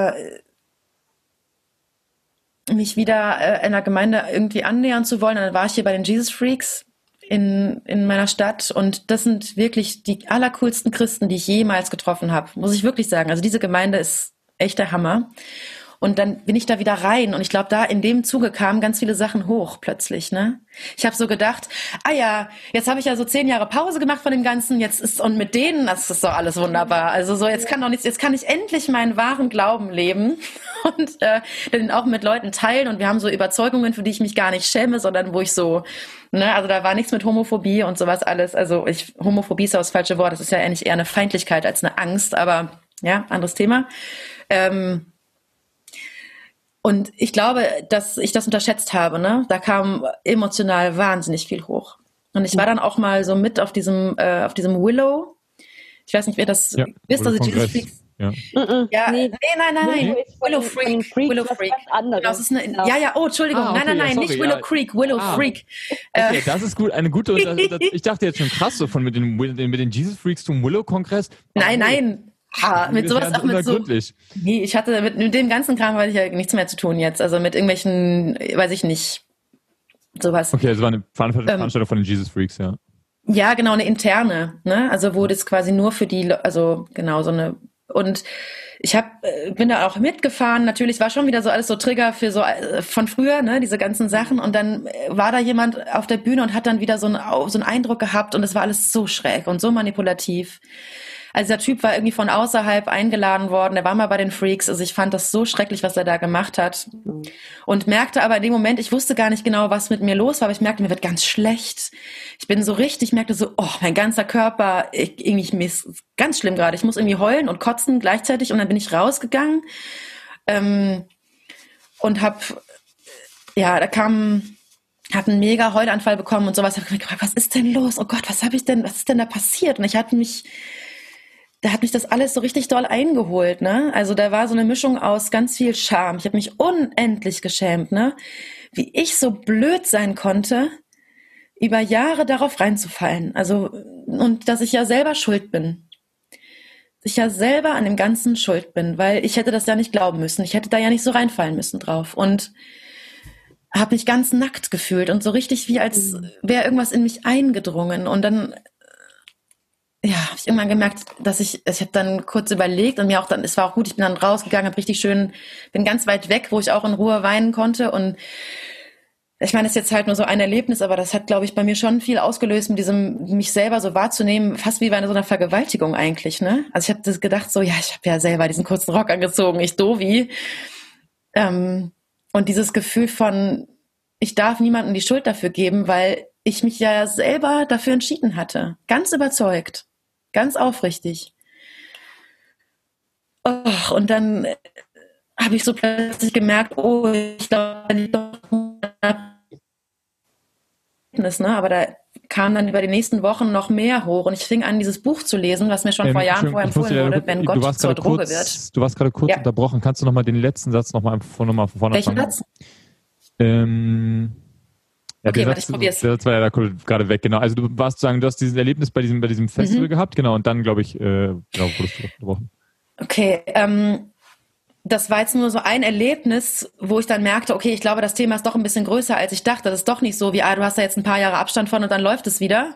mich wieder einer Gemeinde irgendwie annähern zu wollen. Und dann war ich hier bei den Jesus Freaks in meiner Stadt und das sind wirklich die allercoolsten Christen, die ich jemals getroffen habe, muss ich wirklich sagen. Also diese Gemeinde ist echt der Hammer. Und dann bin ich da wieder rein und ich glaube, da in dem Zuge kamen ganz viele Sachen hoch plötzlich, ne? Ich habe so gedacht, jetzt habe ich ja so 10 Jahre Pause gemacht von dem Ganzen, und mit denen, das ist doch alles wunderbar. Also so, jetzt kann ich endlich meinen wahren Glauben leben und den auch mit Leuten teilen und wir haben so Überzeugungen, für die ich mich gar nicht schäme, sondern wo ich so, ne, also da war nichts mit Homophobie und sowas alles. Also Homophobie ist das falsche Wort, das ist ja eigentlich eher eine Feindlichkeit als eine Angst, aber ja, anderes Thema. Und ich glaube, dass ich das unterschätzt habe, ne? Da kam emotional wahnsinnig viel hoch. Und ich war dann auch mal so mit auf diesem Willow. Ich weiß nicht, wer das wisst, also Jesus Freaks. Ja. Ja, nee. Willow Freak. Willow Freak. Genau, das ist Entschuldigung. Okay, nein, sorry, nicht Willow Creek, Willow Freak. Okay, das ist gut, eine gute, ich dachte jetzt schon krass, so von mit den Jesus Freaks zum Willow-Kongress. Nein. Mit sowas auch mit so. Nee, ich hatte mit dem ganzen Kram hatte ich ja nichts mehr zu tun jetzt. Also mit irgendwelchen, weiß ich nicht, sowas. Okay, also war eine Veranstaltung von den Jesus Freaks, ja. Ja, genau, eine interne, ne? Also wo das quasi nur für die, also genau so eine. Und ich bin da auch mitgefahren. Natürlich war schon wieder so alles so Trigger für so von früher, ne, diese ganzen Sachen. Und dann war da jemand auf der Bühne und hat dann wieder so einen Eindruck gehabt und es war alles so schräg und so manipulativ. Also der Typ war irgendwie von außerhalb eingeladen worden, der war mal bei den Freaks, also ich fand das so schrecklich, was er da gemacht hat. Und merkte aber in dem Moment, ich wusste gar nicht genau, was mit mir los war, aber ich merkte, mir wird ganz schlecht. Merkte so, mein ganzer Körper, mir ist ganz schlimm gerade, ich muss irgendwie heulen und kotzen gleichzeitig und dann bin ich rausgegangen und hab einen mega Heulanfall bekommen und sowas. Ich hab gedacht, was ist denn los? Oh Gott, was ist denn da passiert? Und da hat mich das alles so richtig doll eingeholt, ne? Also da war so eine Mischung aus ganz viel Scham. Ich habe mich unendlich geschämt, ne? Wie ich so blöd sein konnte, über Jahre darauf reinzufallen. Also, und dass ich ja selber schuld bin. Dass ich ja selber an dem Ganzen schuld bin, weil ich hätte das ja nicht glauben müssen. Ich hätte da ja nicht so reinfallen müssen drauf. Und habe mich ganz nackt gefühlt und so richtig wie als wäre irgendwas in mich eingedrungen. Und dann habe ich irgendwann gemerkt, dass ich habe dann kurz überlegt und es war auch gut, ich bin dann rausgegangen, bin ganz weit weg, wo ich auch in Ruhe weinen konnte und ich meine, das ist jetzt halt nur so ein Erlebnis, aber das hat, glaube ich, bei mir schon viel ausgelöst, mit diesem, mich selber so wahrzunehmen, fast wie bei so einer Vergewaltigung eigentlich, ne? Also ich habe das gedacht so, ich habe ja selber diesen kurzen Rock angezogen, ich Dovi. Und dieses Gefühl von, ich darf niemandem die Schuld dafür geben, weil ich mich ja selber dafür entschieden hatte. Ganz überzeugt. Ganz aufrichtig. Och, und dann habe ich so plötzlich gemerkt, oh, ich glaube, da liegt doch ne? Aber da kam dann über die nächsten Wochen noch mehr hoch und ich fing an, dieses Buch zu lesen, was mir schon vor Jahren vorher empfohlen wurde, wenn Gott zur Droge wird. Du warst gerade kurz unterbrochen. Kannst du nochmal den letzten Satz nochmal von vorne Welchen anfangen? Satz? Okay, warte, ich probier's. Der Satz war ja gerade weg, genau. Also du hast dieses Erlebnis bei diesem Festival gehabt, genau, und dann, glaube ich, wurdest du unterbrochen. Okay, das war jetzt nur so ein Erlebnis, wo ich dann merkte, okay, ich glaube, das Thema ist doch ein bisschen größer, als ich dachte. Das ist doch nicht so wie, du hast da jetzt ein paar Jahre Abstand von und dann läuft es wieder.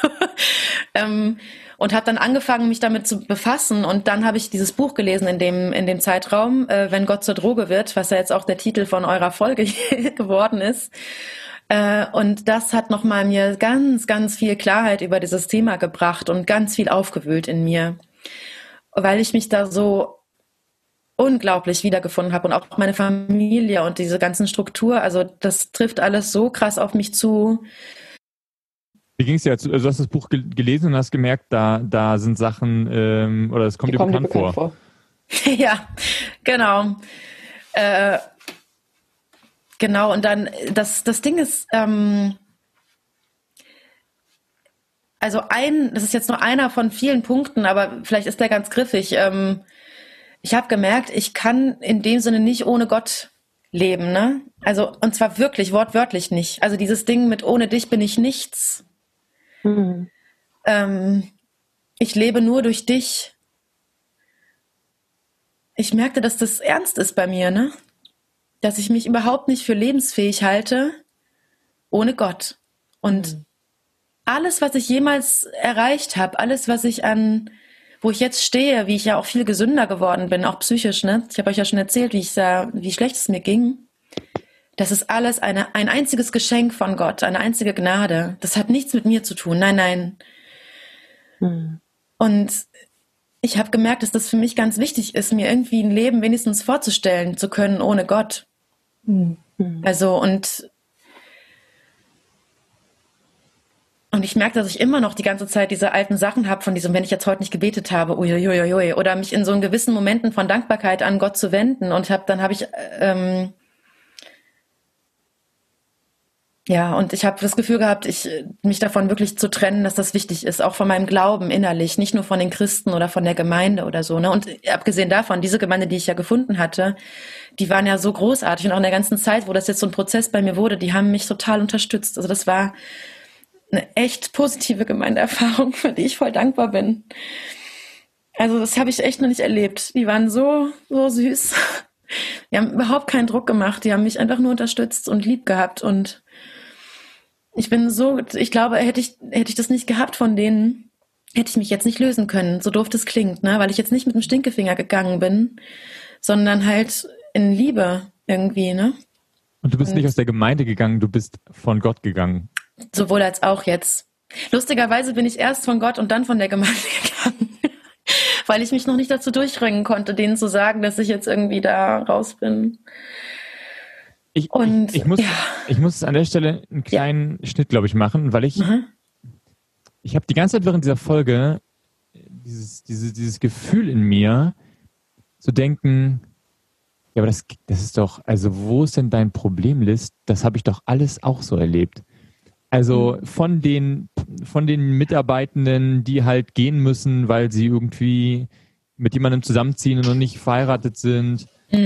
Und habe dann angefangen, mich damit zu befassen. Und dann habe ich dieses Buch gelesen in dem Zeitraum, Wenn Gott zur Droge wird, was ja jetzt auch der Titel von eurer Folge geworden ist. Und das hat nochmal mir ganz, ganz viel Klarheit über dieses Thema gebracht und ganz viel aufgewühlt in mir, weil ich mich da so unglaublich wiedergefunden habe und auch meine Familie und diese ganzen Struktur, also das trifft alles so krass auf mich zu. Wie ging es dir? Also du hast das Buch gelesen und hast gemerkt, da sind Sachen, oder es kommt dir bekannt vor. Ja, genau. Genau, und dann, das Ding ist, das ist jetzt nur einer von vielen Punkten, aber vielleicht ist der ganz griffig. Ich habe gemerkt, ich kann in dem Sinne nicht ohne Gott leben, ne? Also, und zwar wirklich, wortwörtlich nicht. Also dieses Ding mit ohne dich bin ich nichts. Mhm. Ich lebe nur durch dich. Ich merkte, dass das ernst ist bei mir, ne? Dass ich mich überhaupt nicht für lebensfähig halte ohne Gott. Und alles, was ich jemals erreicht habe, alles, was ich wo ich jetzt stehe, wie ich ja auch viel gesünder geworden bin, auch psychisch, ne? Ich habe euch ja schon erzählt, wie schlecht es mir ging. Das ist alles ein einziges Geschenk von Gott, eine einzige Gnade. Das hat nichts mit mir zu tun. Nein, nein. Und ich habe gemerkt, dass das für mich ganz wichtig ist, mir irgendwie ein Leben wenigstens vorzustellen zu können ohne Gott. Also, und ich merke, dass ich immer noch die ganze Zeit diese alten Sachen habe, von diesem, wenn ich jetzt heute nicht gebetet habe, uiuiui, oder mich in so einen gewissen Momenten von Dankbarkeit an Gott zu wenden. Und dann habe ich das Gefühl gehabt, mich davon wirklich zu trennen, dass das wichtig ist, auch von meinem Glauben innerlich, nicht nur von den Christen oder von der Gemeinde oder so. Ne? Und abgesehen davon, diese Gemeinde, die ich ja gefunden hatte, die waren ja so großartig und auch in der ganzen Zeit, wo das jetzt so ein Prozess bei mir wurde, die haben mich total unterstützt. Also das war eine echt positive Gemeindeerfahrung, für die ich voll dankbar bin. Also das habe ich echt noch nicht erlebt. Die waren so, so süß. Die haben überhaupt keinen Druck gemacht. Die haben mich einfach nur unterstützt und lieb gehabt. Und ich glaube, hätte ich das nicht gehabt von denen, hätte ich mich jetzt nicht lösen können. So doof das klingt, ne? Weil ich jetzt nicht mit dem Stinkefinger gegangen bin, sondern halt in Liebe irgendwie, ne? Und du bist nicht aus der Gemeinde gegangen, du bist von Gott gegangen. Sowohl als auch jetzt. Lustigerweise bin ich erst von Gott und dann von der Gemeinde gegangen, weil ich mich noch nicht dazu durchringen konnte, denen zu sagen, dass ich jetzt irgendwie da raus bin. Ich muss an der Stelle einen kleinen Schnitt, glaube ich, machen, weil ich habe die ganze Zeit während dieser Folge dieses Gefühl in mir, zu denken, ja, aber das ist doch, also wo ist denn dein Problem, Liz? Das habe ich doch alles auch so erlebt. Also von den Mitarbeitenden, die halt gehen müssen, weil sie irgendwie mit jemandem zusammenziehen und noch nicht verheiratet sind,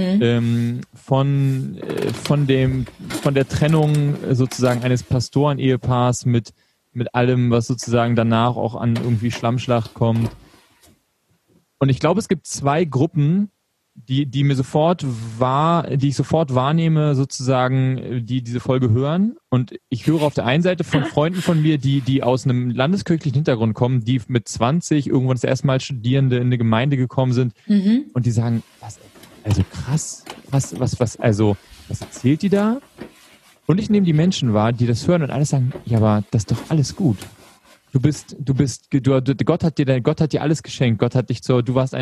von der Trennung sozusagen eines Pastoren-Ehepaars mit allem, was sozusagen danach auch an irgendwie Schlammschlacht kommt. Und ich glaube, es gibt zwei Gruppen, die ich sofort wahrnehme, sozusagen, die diese Folge hören. Und ich höre auf der einen Seite von Freunden von mir, die aus einem landeskirchlichen Hintergrund kommen, die mit 20 irgendwann das erste Mal Studierende in eine Gemeinde gekommen sind und die sagen, also krass, was erzählt die da? Und ich nehme die Menschen wahr, die das hören und alles sagen, ja, aber das ist doch alles gut. Gott hat dir alles geschenkt, Gott hat dich du warst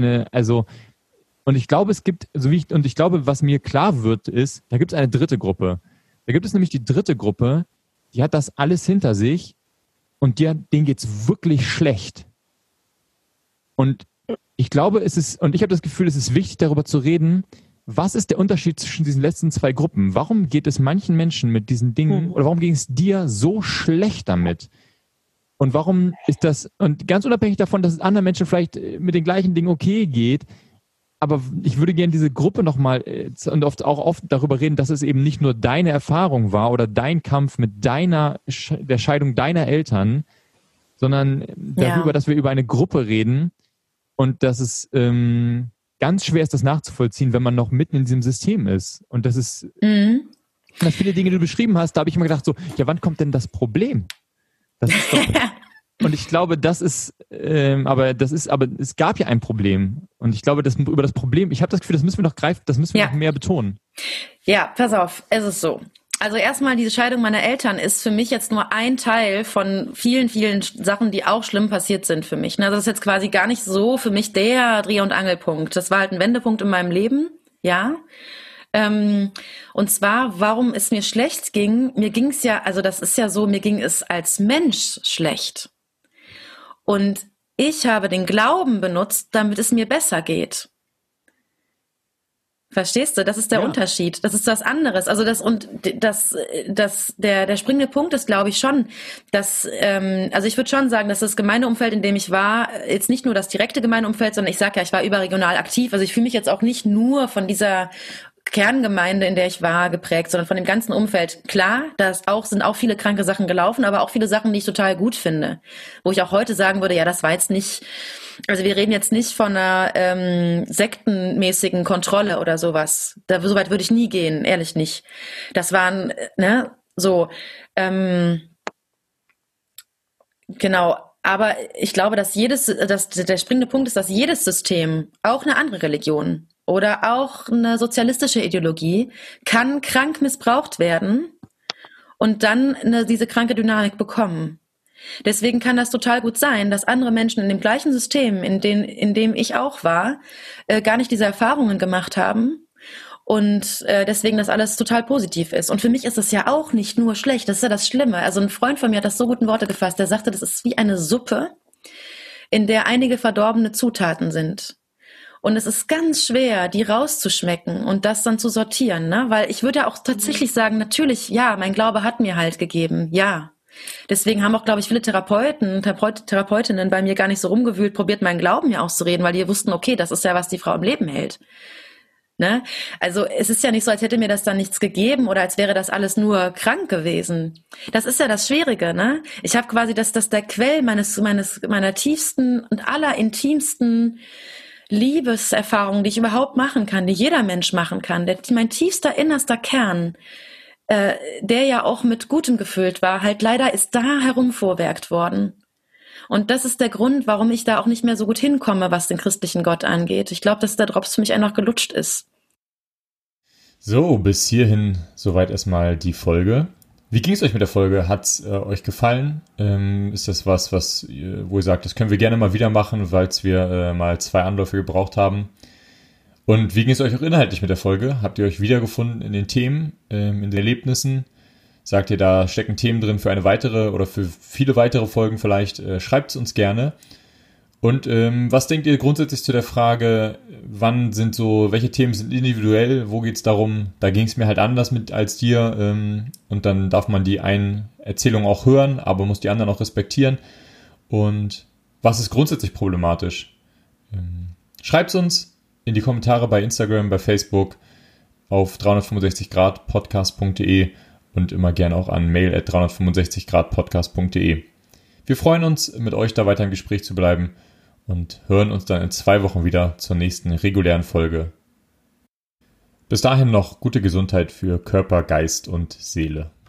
und ich glaube, was mir klar wird, ist, da gibt es eine dritte Gruppe. Da gibt es nämlich die dritte Gruppe, die hat das alles hinter sich und denen geht's wirklich schlecht. Und ich glaube, ich habe das Gefühl, es ist wichtig, darüber zu reden, was ist der Unterschied zwischen diesen letzten zwei Gruppen? Warum geht es manchen Menschen mit diesen Dingen oder warum ging es dir so schlecht damit? Und warum ist das, und ganz unabhängig davon, dass es anderen Menschen vielleicht mit den gleichen Dingen okay geht, aber ich würde gerne diese Gruppe nochmal und oft darüber reden, dass es eben nicht nur deine Erfahrung war oder dein Kampf mit der Scheidung deiner Eltern, sondern darüber, dass wir über eine Gruppe reden und dass es ganz schwer ist, das nachzuvollziehen, wenn man noch mitten in diesem System ist. Und das ist, dass viele Dinge, die du beschrieben hast, da habe ich immer gedacht so, ja, wann kommt denn das Problem? Das ist doch, und ich glaube, aber es gab ja ein Problem. Und ich glaube, über das Problem, ich habe das Gefühl, das müssen wir noch greifen, das müssen wir noch mehr betonen. Ja, pass auf, es ist so. Also erstmal, diese Scheidung meiner Eltern ist für mich jetzt nur ein Teil von vielen, vielen Sachen, die auch schlimm passiert sind für mich. Also das ist jetzt quasi gar nicht so für mich der Dreh- und Angelpunkt. Das war halt ein Wendepunkt in meinem Leben, ja. Und zwar, warum es mir schlecht ging. Mir ging es ja, also das ist ja so, mir ging es als Mensch schlecht. Und ich habe den Glauben benutzt, damit es mir besser geht. Verstehst du? Das ist der Unterschied. Das ist was anderes. Also der springende Punkt ist, glaube ich, schon, dass, also ich würde schon sagen, dass das Gemeindeumfeld, in dem ich war, jetzt nicht nur das direkte Gemeindeumfeld, sondern ich sage ja, ich war überregional aktiv. Also ich fühle mich jetzt auch nicht nur von dieser Kerngemeinde, in der ich war, geprägt, sondern von dem ganzen Umfeld. Klar, sind auch viele kranke Sachen gelaufen, aber auch viele Sachen, die ich total gut finde. Wo ich auch heute sagen würde, ja, das war jetzt nicht, also wir reden jetzt nicht von einer sektenmäßigen Kontrolle oder sowas. So weit würde ich nie gehen, ehrlich nicht. Das waren, genau. Aber ich glaube, dass der springende Punkt ist, dass jedes System, auch eine andere Religion oder auch eine sozialistische Ideologie, kann krank missbraucht werden und dann diese kranke Dynamik bekommen. Deswegen kann das total gut sein, dass andere Menschen in dem gleichen System, in dem ich auch war, gar nicht diese Erfahrungen gemacht haben und deswegen das alles total positiv ist. Und für mich ist es ja auch nicht nur schlecht, das ist ja das Schlimme. Also ein Freund von mir hat das so gut in Worte gefasst, der sagte, das ist wie eine Suppe, in der einige verdorbene Zutaten sind. Und es ist ganz schwer, die rauszuschmecken und das dann zu sortieren, ne? Weil ich würde ja auch tatsächlich sagen, natürlich, ja, mein Glaube hat mir Halt gegeben, ja. Deswegen haben auch, glaube ich, viele Therapeutinnen bei mir gar nicht so rumgewühlt, probiert meinen Glauben ja auszureden, weil die wussten, okay, das ist ja, was die Frau im Leben hält. Ne? Also es ist ja nicht so, als hätte mir das dann nichts gegeben oder als wäre das alles nur krank gewesen. Das ist ja das Schwierige, ne? Ich habe quasi das der Quell meiner tiefsten und allerintimsten Liebeserfahrung, die ich überhaupt machen kann, die jeder Mensch machen kann, mein tiefster, innerster Kern, der ja auch mit Gutem gefüllt war, halt leider ist da herumvorwerkt worden. Und das ist der Grund, warum ich da auch nicht mehr so gut hinkomme, was den christlichen Gott angeht. Ich glaube, dass der Drops für mich einfach gelutscht ist. So, bis hierhin soweit erstmal die Folge. Wie ging es euch mit der Folge? Hat es euch gefallen? Ist das was, wo ihr sagt, das können wir gerne mal wieder machen, weil wir mal 2 Anläufe gebraucht haben? Und wie ging es euch auch inhaltlich mit der Folge? Habt ihr euch wiedergefunden in den Themen, in den Erlebnissen? Sagt ihr, da stecken Themen drin für eine weitere oder für viele weitere Folgen vielleicht? Schreibt es uns gerne. Und was denkt ihr grundsätzlich zu der Frage, welche Themen sind individuell, wo geht es darum, da ging es mir halt anders als dir und dann darf man die einen Erzählung auch hören, aber muss die anderen auch respektieren. Und was ist grundsätzlich problematisch? Schreibt es uns in die Kommentare bei Instagram, bei Facebook, auf 365gradpodcast.de und immer gerne auch an mail@365gradpodcast.de. Wir freuen uns, mit euch da weiter im Gespräch zu bleiben und hören uns dann in 2 Wochen wieder zur nächsten regulären Folge. Bis dahin noch gute Gesundheit für Körper, Geist und Seele.